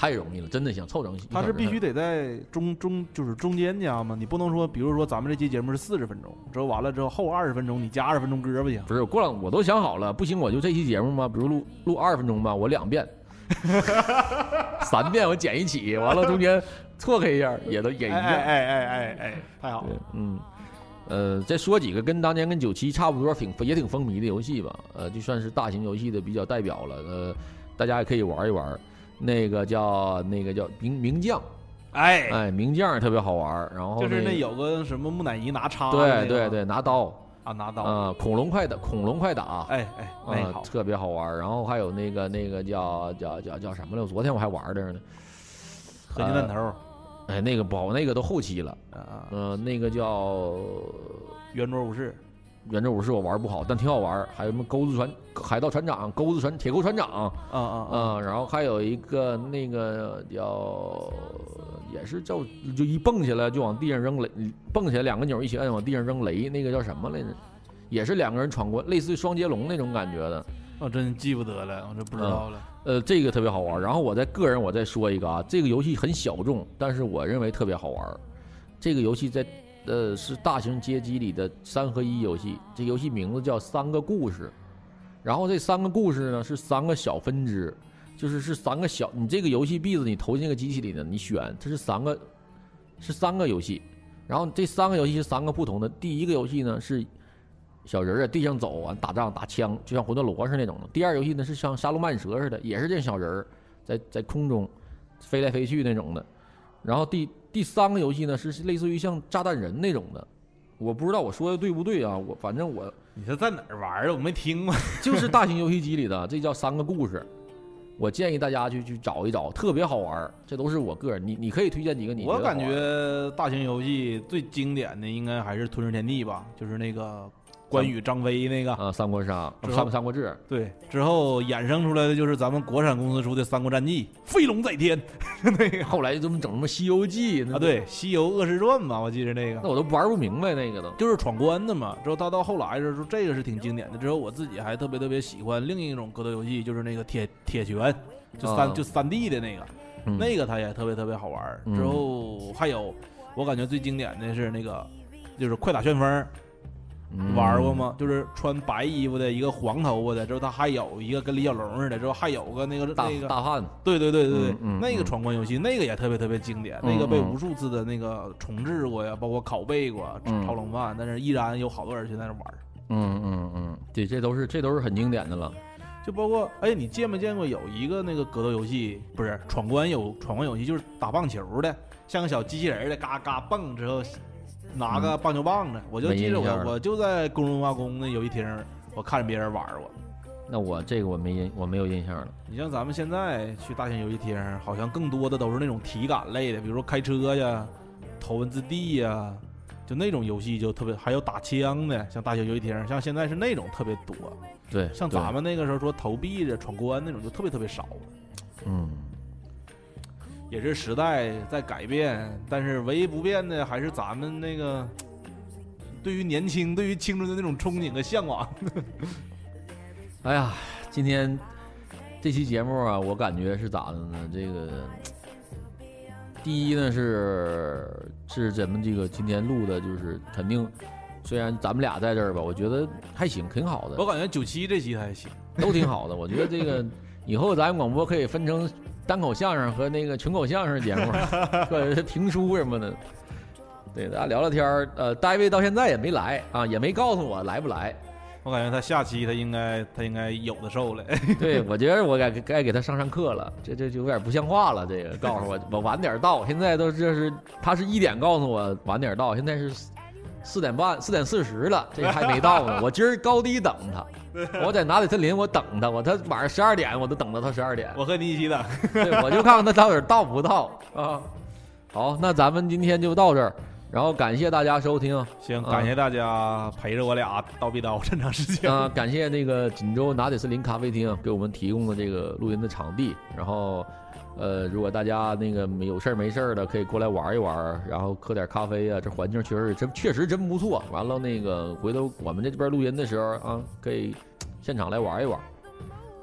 太容易了，真的想凑整。 它是必须得在中中就是中间加吗？你不能说，比如说咱们这期节目是四十分钟，之后完了之后后二十分钟你加二十分钟歌不行？ 不是，过了我都想好了，不行我就这期节目嘛，比如录录二十分钟吧，我两遍，三遍我剪一起，完了中间错开一下也都也一样。 哎哎哎哎哎，太好了。 嗯。呃，再说几个跟当年跟九七差不多，挺也挺风靡的游戏吧。呃，就算是大型游戏的比较代表了。呃，大家也可以玩一玩。那个叫那个叫名名将， 哎哎，名将也特别好玩。然后、那个、 就是那有个什么木乃伊拿叉、 那个， 对对对，拿刀啊，拿刀啊、呃，恐龙快打，恐龙快打， 哎哎，那好、呃，特别好玩。然后还有那个那个叫叫叫叫什么来？昨天我还玩的呢， 合金弹头。 呃哎，那个不好，那个都后期了。 啊， 呃，那个叫圆桌武士， 圆桌武士我玩不好，但挺好玩。还有什么钩子船、海盗船长、钩子船、铁钩船长， 啊啊啊，然后还有一个那个叫，也是叫就一蹦起来就往地上扔雷，蹦起来两个钮一起摁往地上扔雷，那个叫什么来着？也是两个人闯关，类似于双截龙那种感觉的。 我真记不得了，我这不知道了。 呃，这个特别好玩。然后我在个人我再说一个啊，这个游戏很小众，但是我认为特别好玩。这个游戏在呃是大型街机里的三合一游戏，这游戏名字叫三个故事。然后这三个故事呢是三个小分支，就是是三个小，你这个游戏币子你投进那个机器里呢，你选它是三个是三个游戏，然后这三个游戏是三个不同的。第一个游戏呢是小人在地上走完打仗打枪，就像魂斗罗似的那种的。第二游戏呢是像沙罗曼蛇似的，也是这小人在在空中飞来飞去那种的。然后第第三个游戏呢是类似于像炸弹人那种的，我不知道我说的对不对啊？我反正我你是在哪儿玩啊？我没听过， 就是大型游戏机里的，这叫三个故事。我建议大家去去找一找，特别好玩。这都是我个人，你你可以推荐几个你觉得好玩？ 我感觉大型游戏最经典的应该还是《吞噬天地》吧，就是那个关羽张飞那个啊，三国杀、三三国志。 对，之后衍生出来的就是咱们国产公司出的《三国战记》，飞龙在天。那个后来怎么整什么《西游记》 啊？对，《西游恶世传》嘛，我记得那个。 那我都玩不明白那个都， 就是闯关的嘛。之后他到后来的时候，这个是挺经典的。之后我自己还特别特别喜欢另一种格斗游戏，就是那个铁铁拳，就三、啊、就三 D 的那个，嗯、那个它也特别特别好玩。 嗯、 之后还有我感觉最经典的是那个，就是快打旋风。玩过吗？就是穿白衣服的一个黄头发的，之后他还有一个跟李小龙似的，之后还有个那个大那个大汉， 对对对对对， 嗯嗯、 那个闯关游戏那个也特别特别经典， 嗯、 那个被无数次的那个重置过呀，包括拷贝过，炒冷饭，但是依然有好多人去在那玩。 嗯嗯嗯，对，这都是这都是很经典的了。 就包括哎，你见没见过有一个那个格斗游戏，不是闯关有闯关游戏，就是打棒球的，像个小机器人的，嘎嘎蹦之后。拿个棒球棒的，嗯、我就记得我我就在工人文化宫那游戏厅，我看着别人玩过。 那我这个我没印，我没有印象了。 你像咱们现在去大型游戏厅，好像更多的都是那种体感类的，比如说开车呀、头文字 D 呀，就那种游戏就特别，还有打枪的，像大型游戏厅，像现在是那种特别多。 对， 像咱们那个时候说投币的、闯关那种就特别特别少。 嗯。 也是时代在改变，但是唯一不变的还是咱们那个对于年轻、对于青春的那种憧憬和向往。 哎呀，今天这期节目啊，我感觉是咋的呢？这个第一呢是是咱们这个今天录的，就是肯定虽然咱们俩在这儿吧，我觉得还行，挺好的。 我感觉九七这期还行， 都挺好的。我觉得这个以后咱广播可以分成。单口相声和那个群口相声节目，或者是评书什么的，对，大家聊聊天儿。呃，大卫到现在也没来啊，也没告诉我来不来。 我感觉他下期他应该他应该有的受了。 对，我觉得我该该给他上上课了，这这就有点不像话了。这个告诉我我晚点到，现在都这是他是一点告诉我晚点到，现在是四点半四点四十了，这还没到呢。我今儿高低等他。我在拿里森林，我等他，我他晚上十二点，我都等到他十二点。 我和你一起等， 对，我就看看他到底到不到啊。好，那咱们今天就到这儿，然后感谢大家收听。 行，感谢大家陪着我俩叨逼叨这么长时间啊。感谢那个锦州拿铁森林咖啡厅给我们提供的这个录音的场地，然后。呃，如果大家那个有事儿没事儿的，可以过来玩一玩，然后喝点咖啡啊，这环境确实真确实真不错。完了，那个回头我们这边录音的时候啊，可以现场来玩一玩。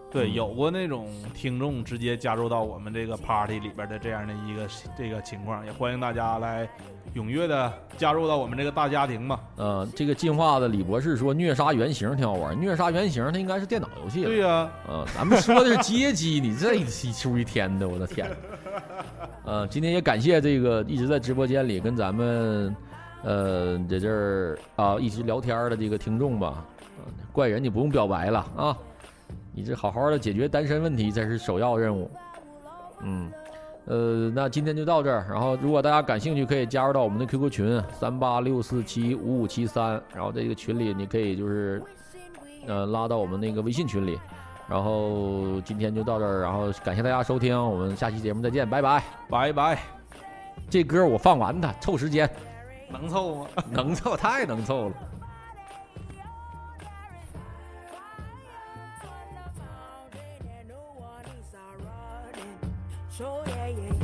对，有过那种听众直接加入到我们这个 party 里边的这样的一个这个情况，也欢迎大家来踊跃的加入到我们这个大家庭嘛。 呃，这个进化的李博士说虐杀原型挺好玩，虐杀原型它应该是电脑游戏了。 对呀、啊， 呃，咱们说的是街机，你这一出一天的，我的天。呃，今天也感谢这个一直在直播间里跟咱们呃在这儿啊一直聊天的这个听众吧。呃，怪人你不用表白了啊。你这好好的解决单身问题才是首要任务。嗯，呃，那今天就到这儿。然后，如果大家感兴趣，可以加入到我们的 Q Q 群三八六四七五五七三。然后这个群里你可以就是呃拉到我们那个微信群里。然后今天就到这儿，然后感谢大家收听，我们下期节目再见，拜拜， 拜拜。 这歌我放完它，凑时间， 能凑吗？ 能凑，太能凑了。 So yeah, yeah,